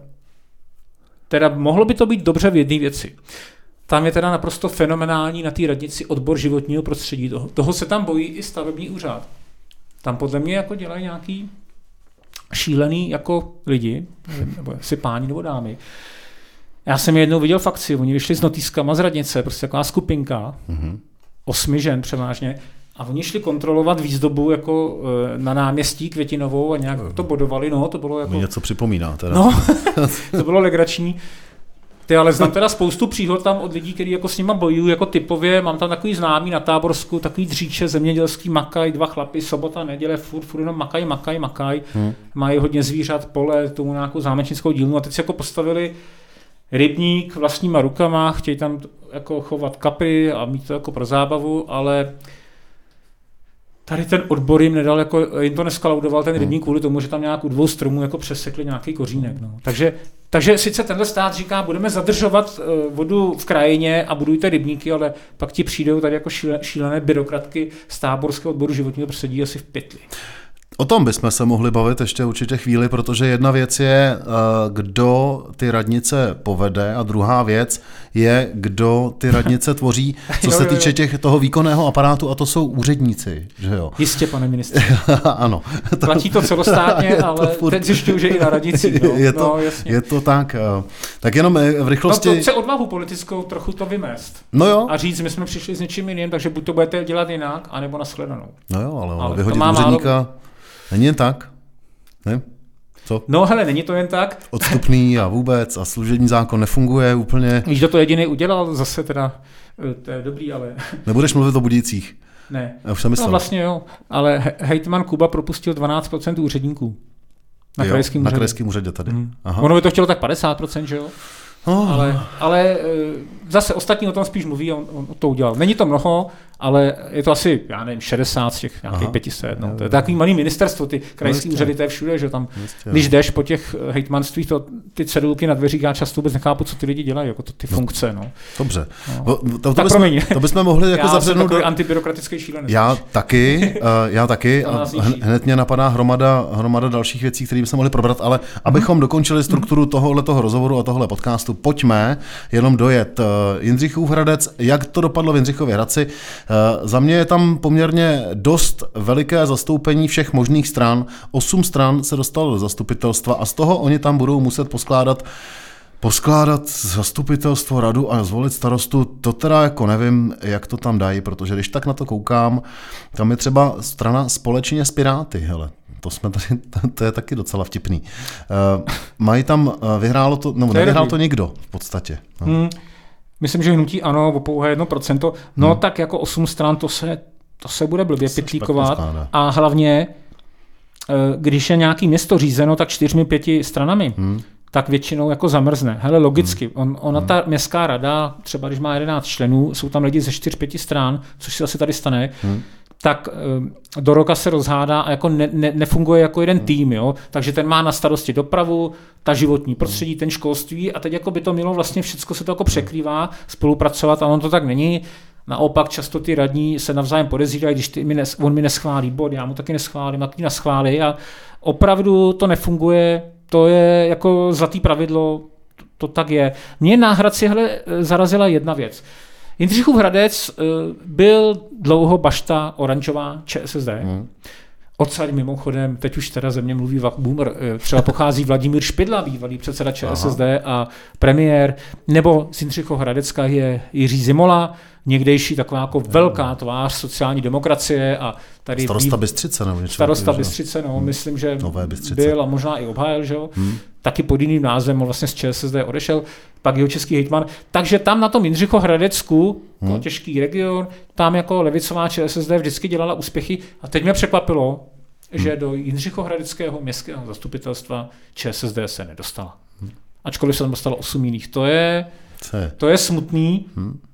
teda mohlo by to být dobře v jedné věci. Tam je teda naprosto fenomenální na té radnici odbor životního prostředí. Toho se tam bojí i stavební úřad. Tam podle mě jako dělají nějaký šílený jako lidi, nebo si páni nebo dámy. Já jsem jednou viděl v akci, oni vyšli s notýskama z radnice, prostě taková skupinka, 8 žen převážně, a oni šli kontrolovat výzdobu jako na náměstí Květinovou a nějak to bodovali, no, to bylo jako... Mě něco připomíná teda. No, to bylo legrační. Ty, ale znám teda spoustu příhod tam od lidí, kteří jako s nima bojují, jako typově, mám tam takový známý na Táborsku, takový dříče, zemědělský makaj, 2 chlapy, sobota, neděle, furt jenom makaj. Mají hodně zvířat, pole, tomu nějakou zámečnickou dílnu a teď si jako postavili rybník vlastníma rukama, chtějí tam jako chovat kapry a mít to jako pro zábavu, ale tady ten odbor jim nedal, jako jim to neskalaudoval ten rybník kvůli tomu, že tam nějak u 2 stromů jako přesekli nějaký kořínek. No. Takže sice tenhle stát říká, budeme zadržovat vodu v krajině a budujte rybníky, ale pak ti přijdou tady jako šílené byrokratky z Táborského odboru životního prostředí asi v pytli. O tom bychom se mohli bavit ještě určitě chvíli, protože jedna věc je, kdo ty radnice povede a druhá věc je, kdo ty radnice tvoří, co se týče toho výkonného aparátu a to jsou úředníci. Že jo? Jistě, pane ministře. Ano. Platí to celostátně, ale teď zjišťuju, že i na radnici. No. Je to tak. Tak jenom v rychlosti... No to chce odvahu politickou trochu to vymést. No jo. A říct, my jsme přišli s něčím jiným, takže buď to budete dělat jinak, anebo nashledanou. No jo, ale vyhodit úředníka... Není jen tak? Ne? Co? No hele, není to jen tak. Odstupný a vůbec a služební zákon nefunguje úplně. Víš, kdo to jediný udělal, zase teda, to je dobrý, ale... Nebudeš mluvit o Budějcích. Ne. Já už jsem myslel. No vlastně jo, ale hejtman Kuba propustil 12% úředníků. Na krajském úřadě tady. Aha. Ono by to chtělo tak 50%, že jo? Ale zase ostatní o tom spíš mluví a on to udělal. Není to mnoho, ale je to asi, já nevím, 60 z těch nějakých 500. No. To je takový malý ministerstvo, ty krajské úřady, to je všude, že tam, když jdeš po těch hejtmanstvích, ty cedulky na dveřích, já často vůbec nechápu, co ty lidi dělají, jako ty funkce. No. Dobře. No. To bychom mohli jako zavřenout do... antibyrokratický šílenec. Já taky. A hned mě napadá hromada dalších věcí, které bychom mohli probrat, ale abychom dokončili strukturu tohoto rozhovoru a tohle podcastu, pojďme jenom dojet Jindřichův Hradec, jak to dopadlo v Jindřichově Hradci. Za mě je tam poměrně dost veliké zastoupení všech možných stran. 8 stran se dostalo do zastupitelstva a z toho oni tam budou muset poskládat zastupitelstvo, radu a zvolit starostu. To teda jako nevím, jak to tam dají, protože když tak na to koukám, tam je třeba strana Společně s Piráty, hele. To je taky docela vtipný. Mají tam, vyhrálo to, nebo nevyhrál to nikdo v podstatě. No. Myslím, že hnutí ano, o pouhé 1%. No tak jako 8 stran, to se bude blbě pitlíkovat. A hlavně, když je nějaký město řízeno, tak 4-5 stranami, tak většinou jako zamrzne. Hele, logicky. Ona ta městská rada, třeba když má 11 členů, jsou tam lidi ze 4-5 stran, což se asi tady stane, tak do roka se rozhádá a jako nefunguje jako jeden tým. Jo? Takže ten má na starosti dopravu, ta životní prostředí, ten školství a teď jako by to mělo vlastně všechno se to jako překrývá, spolupracovat a on to tak není. Naopak často ty radní se navzájem podezírají, když on mi neschválí bod, já mu taky neschválím, taky neschválí a opravdu to nefunguje, to je jako zlatý pravidlo, to tak je. Mě na Hradci zarazila jedna věc. Jindřichův Hradec byl dlouho bašta oranžová ČSSD. Odsaď mimochodem, teď už teda ze mě mluví boomer, třeba pochází Vladimír Špidla, bývalý předseda ČSSD a premiér, nebo z Jindřichova Hradecka je Jiří Zimola, někdejší taková jako velká tvář sociální demokracie a tady starosta Bystřice, nebo něco. Starosta Bystřice, no, myslím, že byl a možná i obhájil, že jo. Taky pod jiným názvem, on vlastně z ČSSD odešel, pak jeho český hejtman. Takže tam na tom Jindřichohradecku, to těžký region, tam jako levicová ČSSD vždycky dělala úspěchy a teď mě překvapilo, že do Jindřichohradeckého městského zastupitelstva ČSSD se nedostala. Ačkoliv se tam dostalo 8 jiných. To je smutný,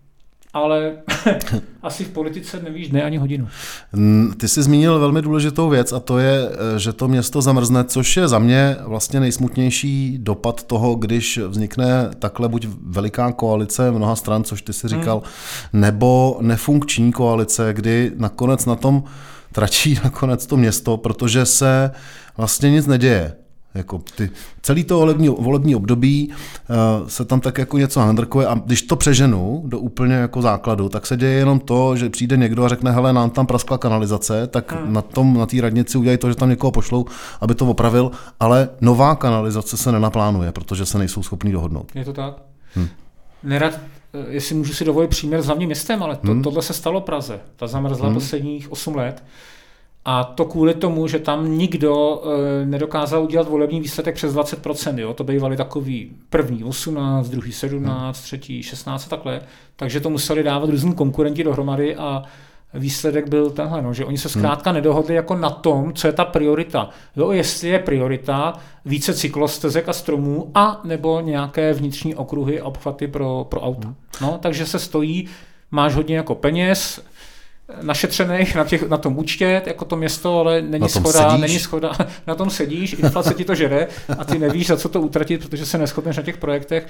ale asi v politice nevíš dne ani hodinu. Ty jsi zmínil velmi důležitou věc a to je, že to město zamrzne, což je za mě vlastně nejsmutnější dopad toho, když vznikne takhle buď veliká koalice mnoha stran, což ty jsi říkal, nebo nefunkční koalice, kdy nakonec na tom tračí nakonec to město, protože se vlastně nic neděje. Jako celý to volební období se tam tak jako něco handrkuje a když to přeženu do úplně jako základu, tak se děje jenom to, že přijde někdo a řekne, hele, nám tam praskla kanalizace, tak na té radnici udělají to, že tam někoho pošlou, aby to opravil, ale nová kanalizace se nenaplánuje, protože se nejsou schopní dohodnout. Je to tak? Nerad, jestli můžu si dovolit příměr s hlavním městem, ale tohle se stalo Praze. Ta zamrzla posledních 8 let. A to kvůli tomu, že tam nikdo nedokázal udělat volební výsledek přes 20%. Jo? To bývaly takový první 18, druhý 17, třetí 16 a takhle. Takže to museli dávat různí konkurenti dohromady a výsledek byl tenhle, no, že oni se zkrátka nedohodli jako na tom, co je ta priorita. Jo, jestli je priorita více cyklostezek a stromů a nebo nějaké vnitřní okruhy a obchvaty pro auta. No, takže se stojí, máš hodně jako peněz, našetřených na tom účtě, jako to město, ale není schoda, na tom sedíš, inflace ti to žere a ty nevíš, za co to utratit, protože se neschodneš na těch projektech.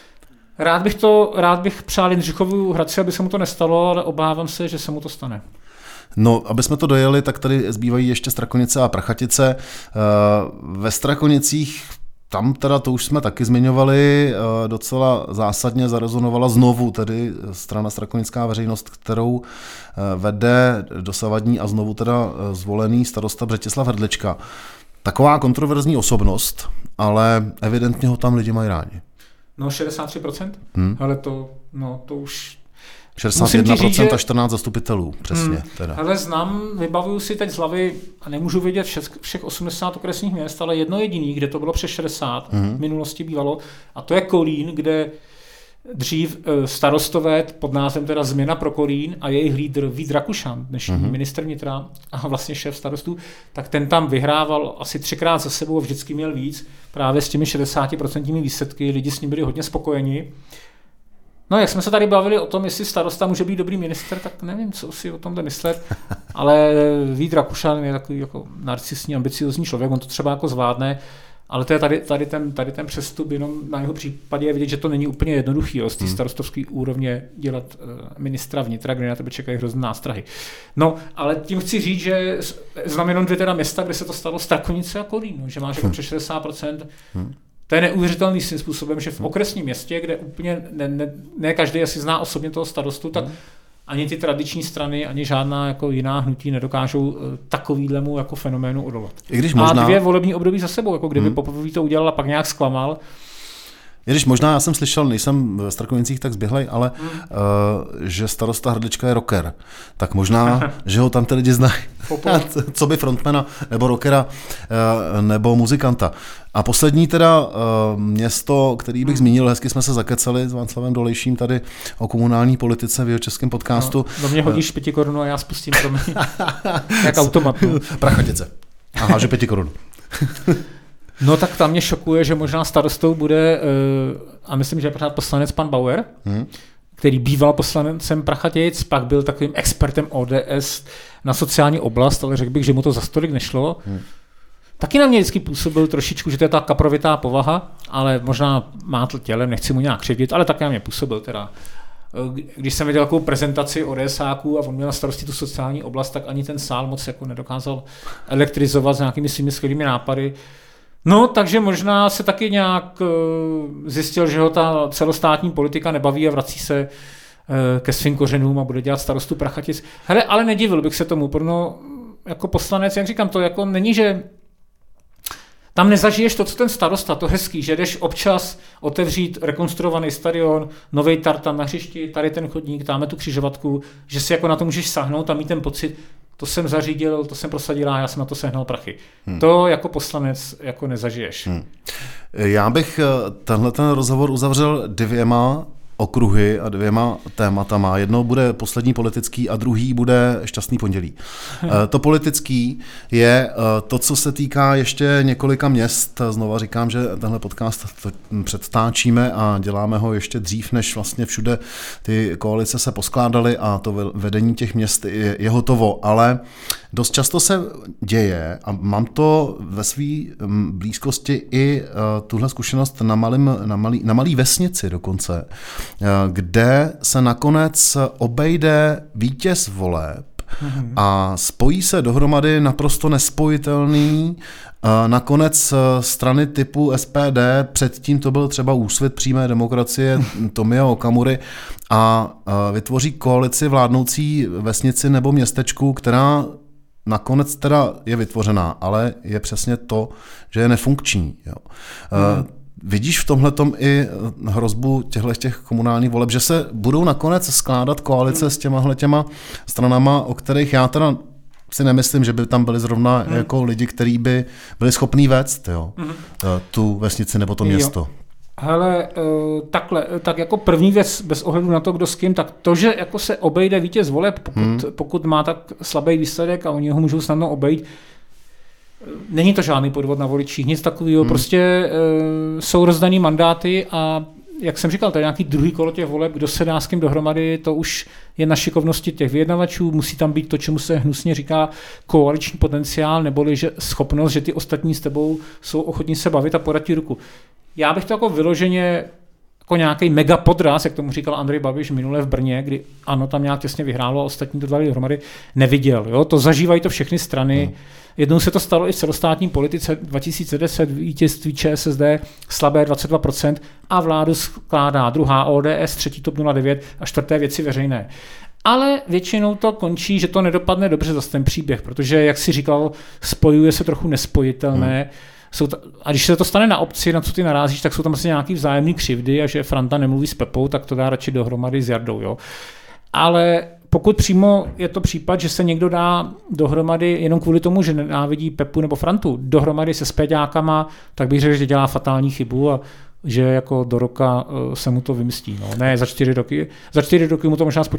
Rád bych přál Jindřichovu Hradci, aby se mu to nestalo, ale obávám se, že se mu to stane. No, aby jsme to dojeli, tak tady zbývají ještě Strakonice a Prachatice. Ve Strakonicích tam teda, to už jsme taky zmiňovali, docela zásadně zarezonovala znovu tedy strana Strakonická veřejnost, kterou vede dosavadní a znovu teda zvolený starosta Břetislav Hrdlička. Taková kontroverzní osobnost, ale evidentně ho tam lidi mají rádi. No 63%? Ale to už... 61% a 14 zastupitelů, přesně. Teda. Ale vybavuju si teď z hlavy, a nemůžu vědět všech 80 okresních měst, ale jedno jediný, kde to bylo přes 60, v minulosti bývalo, a to je Kolín, kde dřív starostové pod názvem teda Změna pro Kolín a jejich lídr Vít Rakušan, dnešní ministr vnitra a vlastně šéf starostů, tak ten tam vyhrával asi 3krát za sebou a vždycky měl víc, právě s těmi 60% výsledky, lidi s ním byli hodně spokojeni. No, jak jsme se tady bavili o tom, jestli starosta může být dobrý minister, tak nevím, co si o tom jde myslet, ale Vít Rakušan je takový jako narcisní, ambiciozní člověk, on to třeba jako zvládne, ale to je tady ten přestup, jenom na jeho případě je vidět, že to není úplně jednoduchý, z té starostovské úrovně dělat ministra vnitra, kde na tebe čekají hrozné nástrahy. No, ale tím chci říct, že znám jenom 2 teda města, kde se to stalo, Strakonice a Kolín, no, že máš jako přes 60%. To je neuvěřitelný svým způsobem, že v okresním městě, kde úplně ne každý asi zná osobně toho starostu, tak ani ty tradiční strany, ani žádná jako jiná hnutí nedokážou takovýhlemu jako fenoménu odolat. I když možná... A 2 volební období za sebou, jako kdyby Popovík to udělal a pak nějak zklamal. I když možná, já jsem slyšel, nejsem ve Strakonicích tak zběhlej, ale že starosta Hrdlička je rocker, tak možná, že ho tam ty lidi znají. Co by frontmana, nebo rockera, nebo muzikanta. A poslední teda město, který bych zmínil, hezky jsme se zakecali s Václavem Dolejším tady o komunální politice v Jihočeském podcastu. No, do mě hodíš 5 korun a já spustím pro mě. Jak automat. No. Prachatice. Aha, že 5 korun. No tak tam mě šokuje, že možná starostou bude, a myslím, že je pořád poslanec pan Bauer, který býval poslancem Prachatic, pak byl takovým expertem ODS na sociální oblast, ale řekl bych, že mu to za stolik nešlo. Taky na mě vždycky působil trošičku, že to je ta kaprovitá povaha, ale možná mátl tělem, nechci mu nějak křivdit, ale taky na mě působil teda. Když jsem viděl takovou prezentaci ODSáků a on měl na starosti tu sociální oblast, tak ani ten sál moc jako nedokázal elektrizovat s nějakými svými skvělými nápady. No, takže možná se taky nějak zjistil, že ho ta celostátní politika nebaví a vrací se ke svým kořenům a bude dělat starostu Prachatic. Hele, ale nedivil bych se tomu, protože jako poslanec, jak říkám, to jako není, že tam nezažiješ to, co ten starosta, to hezký, že jdeš občas otevřít rekonstruovaný stadion, novej tartan na hřišti, tady ten chodník, dáme tu křižovatku, že si jako na to můžeš sáhnout a mít ten pocit, to jsem zařídil, to jsem prosadil a já jsem na to sehnal prachy. To jako poslanec jako nezažiješ. Já bych tenhle ten rozhovor uzavřel 2 okruhy a 2 tématama. Jednou bude poslední politický a druhý bude šťastný pondělí. To politický je to, co se týká ještě několika měst. Znova říkám, že tenhle podcast předtáčíme a děláme ho ještě dřív, než vlastně všude ty koalice se poskládaly a to vedení těch měst je hotovo, ale dost často se děje a mám to ve své blízkosti i tuhle zkušenost na malý vesnici dokonce, kde se nakonec obejde vítěz voleb a spojí se dohromady naprosto nespojitelný nakonec strany typu SPD, předtím to byl třeba Úsvit přímé demokracie Tomia Okamury a vytvoří koalici vládnoucí vesnici nebo městečku, která nakonec teda je vytvořená, ale je přesně to, že je nefunkční. Jo. Vidíš v tomhletom i hrozbu těch komunálních voleb, že se budou nakonec skládat koalice s těma stranama, o kterých já teda si nemyslím, že by tam byli zrovna jako lidi, kteří by byli schopní vést tu vesnici nebo to město. Jo. Hele, takhle, tak jako první věc, bez ohledu na to, kdo s kým, tak to, že jako se obejde vítěz voleb, pokud má tak slabý výsledek a oni ho můžou snadno obejít, není to žádný podvod na voličích, nic takového, prostě jsou rozdaný mandáty a jak jsem říkal, to je nějaký druhý kolo těch voleb, kdo se dá s kým dohromady, to už je na šikovnosti těch vyjednavačů, musí tam být to, čemu se hnusně říká koaliční potenciál, neboli že schopnost, že ty ostatní s tebou jsou ochotní se bavit a podat ti ruku. Já bych to jako vyloženě jako nějaký mega podraz, jak tomu říkal Andrej Babiš minule v Brně, kdy ano, tam nějak těsně vyhrálo a ostatní to dali dohromady, neviděl. Jo? To zažívají to všechny strany. Jednou se to stalo i v celostátní politice 2010, vítězství ČSSD, slabé 22% a vládu skládá druhá ODS, třetí TOP 09 a čtvrté Věci veřejné. Ale většinou to končí, že to nedopadne dobře zase ten příběh, protože, jak si říkal, spojuje se trochu nespojitelné. A když se to stane na obci, na co ty narazíš, tak jsou tam asi nějaký vzájemný křivdy a že Franta nemluví s Pepou, tak to dá radši dohromady s Jardou. Jo? Ale pokud přímo je to případ, že se někdo dá dohromady jenom kvůli tomu, že nenávidí Pepu nebo Frantu, dohromady se spéďákama, tak bych řekl, že dělá fatální chybu a že jako do roka se mu to vymstí. No. Ne, za 4 roky. Za 4 roky mu to možná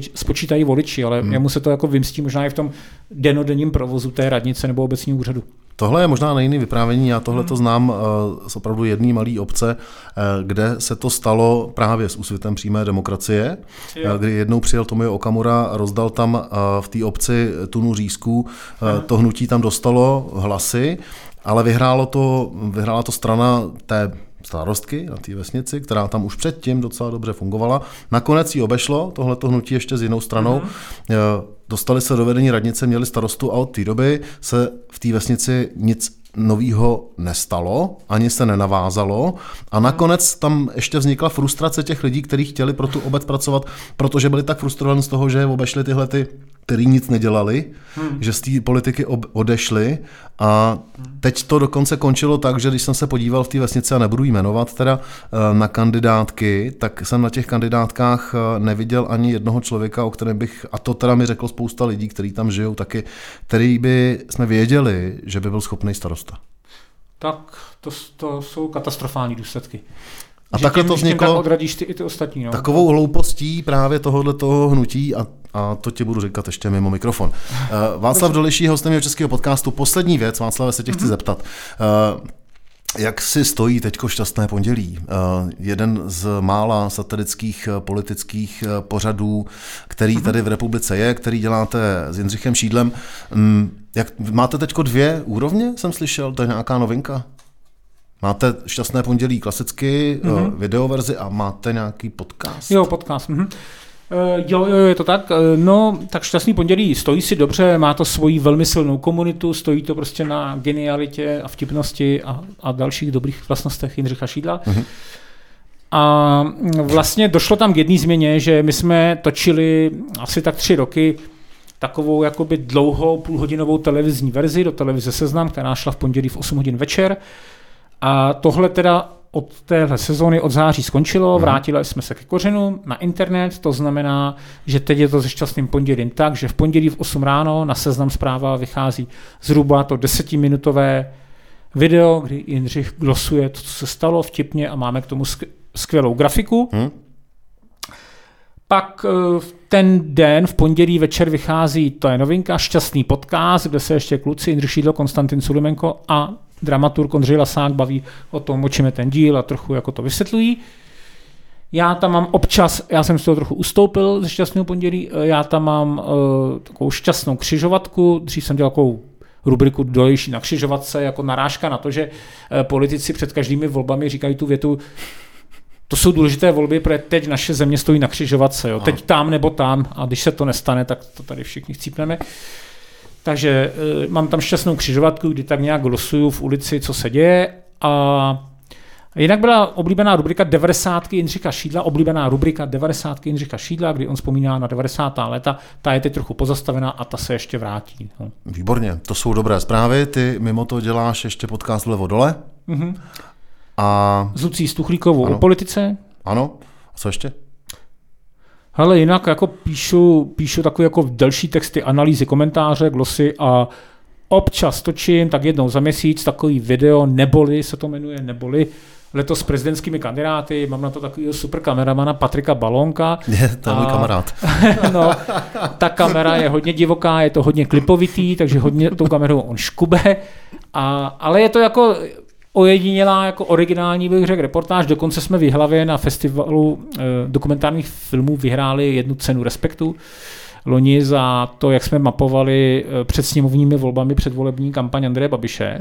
spočítají voliči, ale jemu se to jako vymstí možná i v tom denodenním provozu té radnice nebo obecního úřadu. Tohle je možná nejjiný vyprávění, já tohle to znám z opravdu jedné malé obce, kde se to stalo právě s Úsvitem přímé demokracie, kdy jednou přijel Tomio Okamura, rozdal tam v té obci tunu řízků, to hnutí tam dostalo hlasy, ale vyhrála to strana té starostky na té vesnici, která tam už předtím docela dobře fungovala. Nakonec jí obešlo tohleto hnutí ještě s jinou stranou. Dostali se do vedení radnice, měli starostu a od té doby se v té vesnici nic novýho nestalo, ani se nenavázalo a nakonec tam ještě vznikla frustrace těch lidí, kteří chtěli pro tu obec pracovat, protože byli tak frustrovaní z toho, že obešli tyhle který nic nedělali, že z té politiky odešli a teď to dokonce končilo tak, že když jsem se podíval v té vesnici, a nebudu jmenovat teda na kandidátky, tak jsem na těch kandidátkách neviděl ani jednoho člověka, o kterém bych, a to teda mi řeklo spousta lidí, kteří tam žijou taky, který by jsme věděli, že by byl schopný starosta. Tak to jsou katastrofální důsledky. A takhle to vzniklo. Tak odradíš ty i ty ostatní. No. Takovou hloupostí právě tohoto hnutí a to ti budu říkat ještě mimo mikrofon. Václav Dolejší, hostem českého podcastu. Poslední věc, Václave, se tě chci zeptat. Jak si stojí teďko Šťastné pondělí? Jeden z mála satirických politických pořadů, který tady v republice je, který děláte s Jindřichem Šídlem. Jak, máte teďko 2 úrovně, jsem slyšel, to je nějaká novinka? Máte Šťastné pondělí klasicky, videoverzi a máte nějaký podcast? Jo, podcast. Jo, je to tak. No, tak Šťastný pondělí stojí si dobře, má to svoji velmi silnou komunitu, stojí to prostě na genialitě a vtipnosti a dalších dobrých vlastnostech Jindřicha Šídla. A vlastně došlo tam k jedné změně, že my jsme točili asi tak 3 roky takovou jakoby dlouhou půlhodinovou televizní verzi do televize Seznam, která šla v pondělí v 8 hodin večer. A tohle teda od téhle sezóny od září skončilo, vrátili jsme se ke kořenu na internet, to znamená, že teď je to se Šťastným pondělím tak, že v pondělí v 8 ráno na Seznam Zpráva vychází zhruba to 10minutové video, kdy Jindřich glosuje to, co se stalo vtipně a máme k tomu skvělou grafiku. Pak ten den v pondělí večer vychází, to je novinka, Šťastný podcast, kde se ještě kluci Jindřich Šídlo, Konstantin Sulimenko a dramaturg Ondřej Lasák baví o tom, o čem je ten díl a trochu jako to vysvětlují. Já tam mám občas, já jsem z toho trochu ustoupil ze Šťastného pondělí, já tam mám takovou šťastnou křižovatku, dřív jsem dělal takovou rubriku Dolejší na křižovatce, jako narážka na to, že politici před každými volbami říkají tu větu, to jsou důležité volby, protože teď naše země stojí na křižovatce, jo. Teď tam nebo tam a když se to nestane, tak to tady všichni chcípneme. Takže mám tam šťastnou křižovatku, kdy tak nějak glosuju v ulici, co se děje. A jinak byla oblíbená rubrika 90 Jindřicha Šídla, oblíbená rubrika 90 Jindřicha Šídla, kdy on vzpomíná na 90. léta. Ta je teď trochu pozastavená a ta se ještě vrátí. No. Výborně, to jsou dobré zprávy. Ty mimo to děláš ještě podcast Vlevo dole. A s Lucí Stuchlíkovou o politice. Ano. A co ještě? Hele, jinak jako píšu takové jako delší texty, analýzy, komentáře, glosy a občas točím tak jednou za měsíc takový video, Neboli se to jmenuje, Neboli, letos s prezidentskými kandidáty, mám na to takového super kameramana Patrika Balónka. To je můj kamarád. No, ta kamera je hodně divoká, je to hodně klipovitý, takže hodně tou kamerou on škube, ale je to jako ojedinělá, jako originální, bych řekl, reportáž. Dokonce jsme v Jihlavě na festivalu dokumentárních filmů vyhráli 1 cenu Respektu loni za to, jak jsme mapovali před sněmovními volbami předvolební kampaň Andreje Babiše.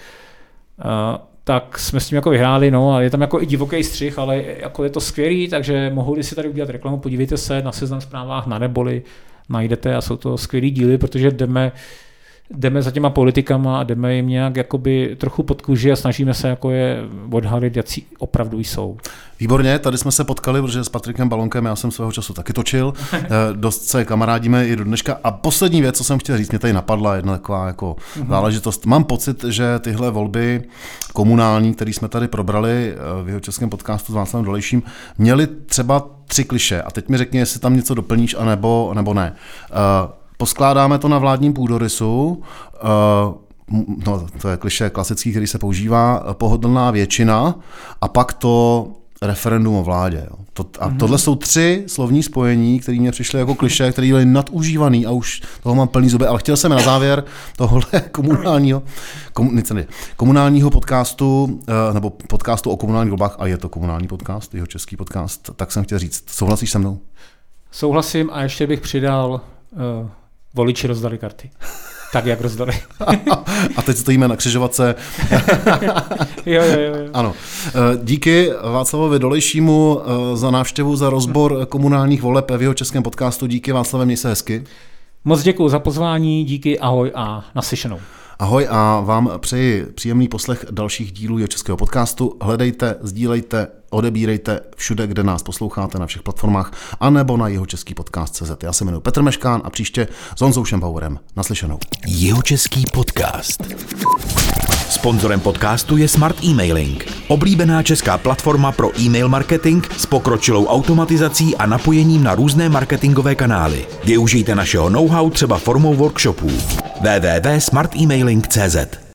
Tak jsme s tím jako vyhráli, no a je tam jako i divoký střih, ale jako je to skvělý, takže mohli si tady udělat reklamu, podívejte se na Seznam Zprávách, na Neboli, najdete a jsou to skvělý díly, protože jdeme za těma politikama a jdeme jim nějak jakoby trochu pod kůži a snažíme se jako je odhalit, jací opravdu jsou. Výborně, tady jsme se potkali, protože s Patrikem Balonkem já jsem svého času taky točil, dost se kamarádíme i do dneška. A poslední věc, co jsem chtěl říct, mě tady napadla jedna taková jako záležitost. Mám pocit, že tyhle volby komunální, které jsme tady probrali v jeho českém podcastu s Václavem Dolejším, měly třeba 3 klišé. A teď mi řekni, jestli tam něco doplníš, anebo ne. Poskládáme to na vládním půdorysu, no, to je klišé klasický, který se používá, pohodlná většina a pak to referendum o vládě. Jo. Tohle jsou 3 slovní spojení, které mě přišly jako klišé, které byly nadužívaný a už toho mám plný zuby, ale chtěl jsem na závěr tohle komunálního podcastu, nebo podcastu o komunálních volbách, a je to komunální podcast, jeho český podcast, tak jsem chtěl říct, souhlasíš se mnou? Souhlasím a ještě bych přidal, voliči rozdali karty. Tak, jak rozdali. A teď stojíme na křižovatce. jo. Ano. Díky Václavovi Dolejšímu za návštěvu, za rozbor komunálních voleb v jeho českém podcastu. Díky, Václave, měj se hezky. Moc děkuji za pozvání, díky, ahoj a naslyšenou. Ahoj a vám přeji příjemný poslech dalších dílů jeho českého podcastu. Hledejte, sdílejte, odebírejte všude, kde nás posloucháte, na všech platformách, anebo na Jihočeský podcast.cz. Já se jmenuji Petr Meškán a příště s Honzou Šembauerem. Naslyšenou. Jihočeský podcast. Sponzorem podcastu je Smart Emailing, oblíbená česká platforma pro e-mail marketing s pokročilou automatizací a napojením na různé marketingové kanály. Využijte našeho know-how třeba formou workshopů. www.smartemailing.cz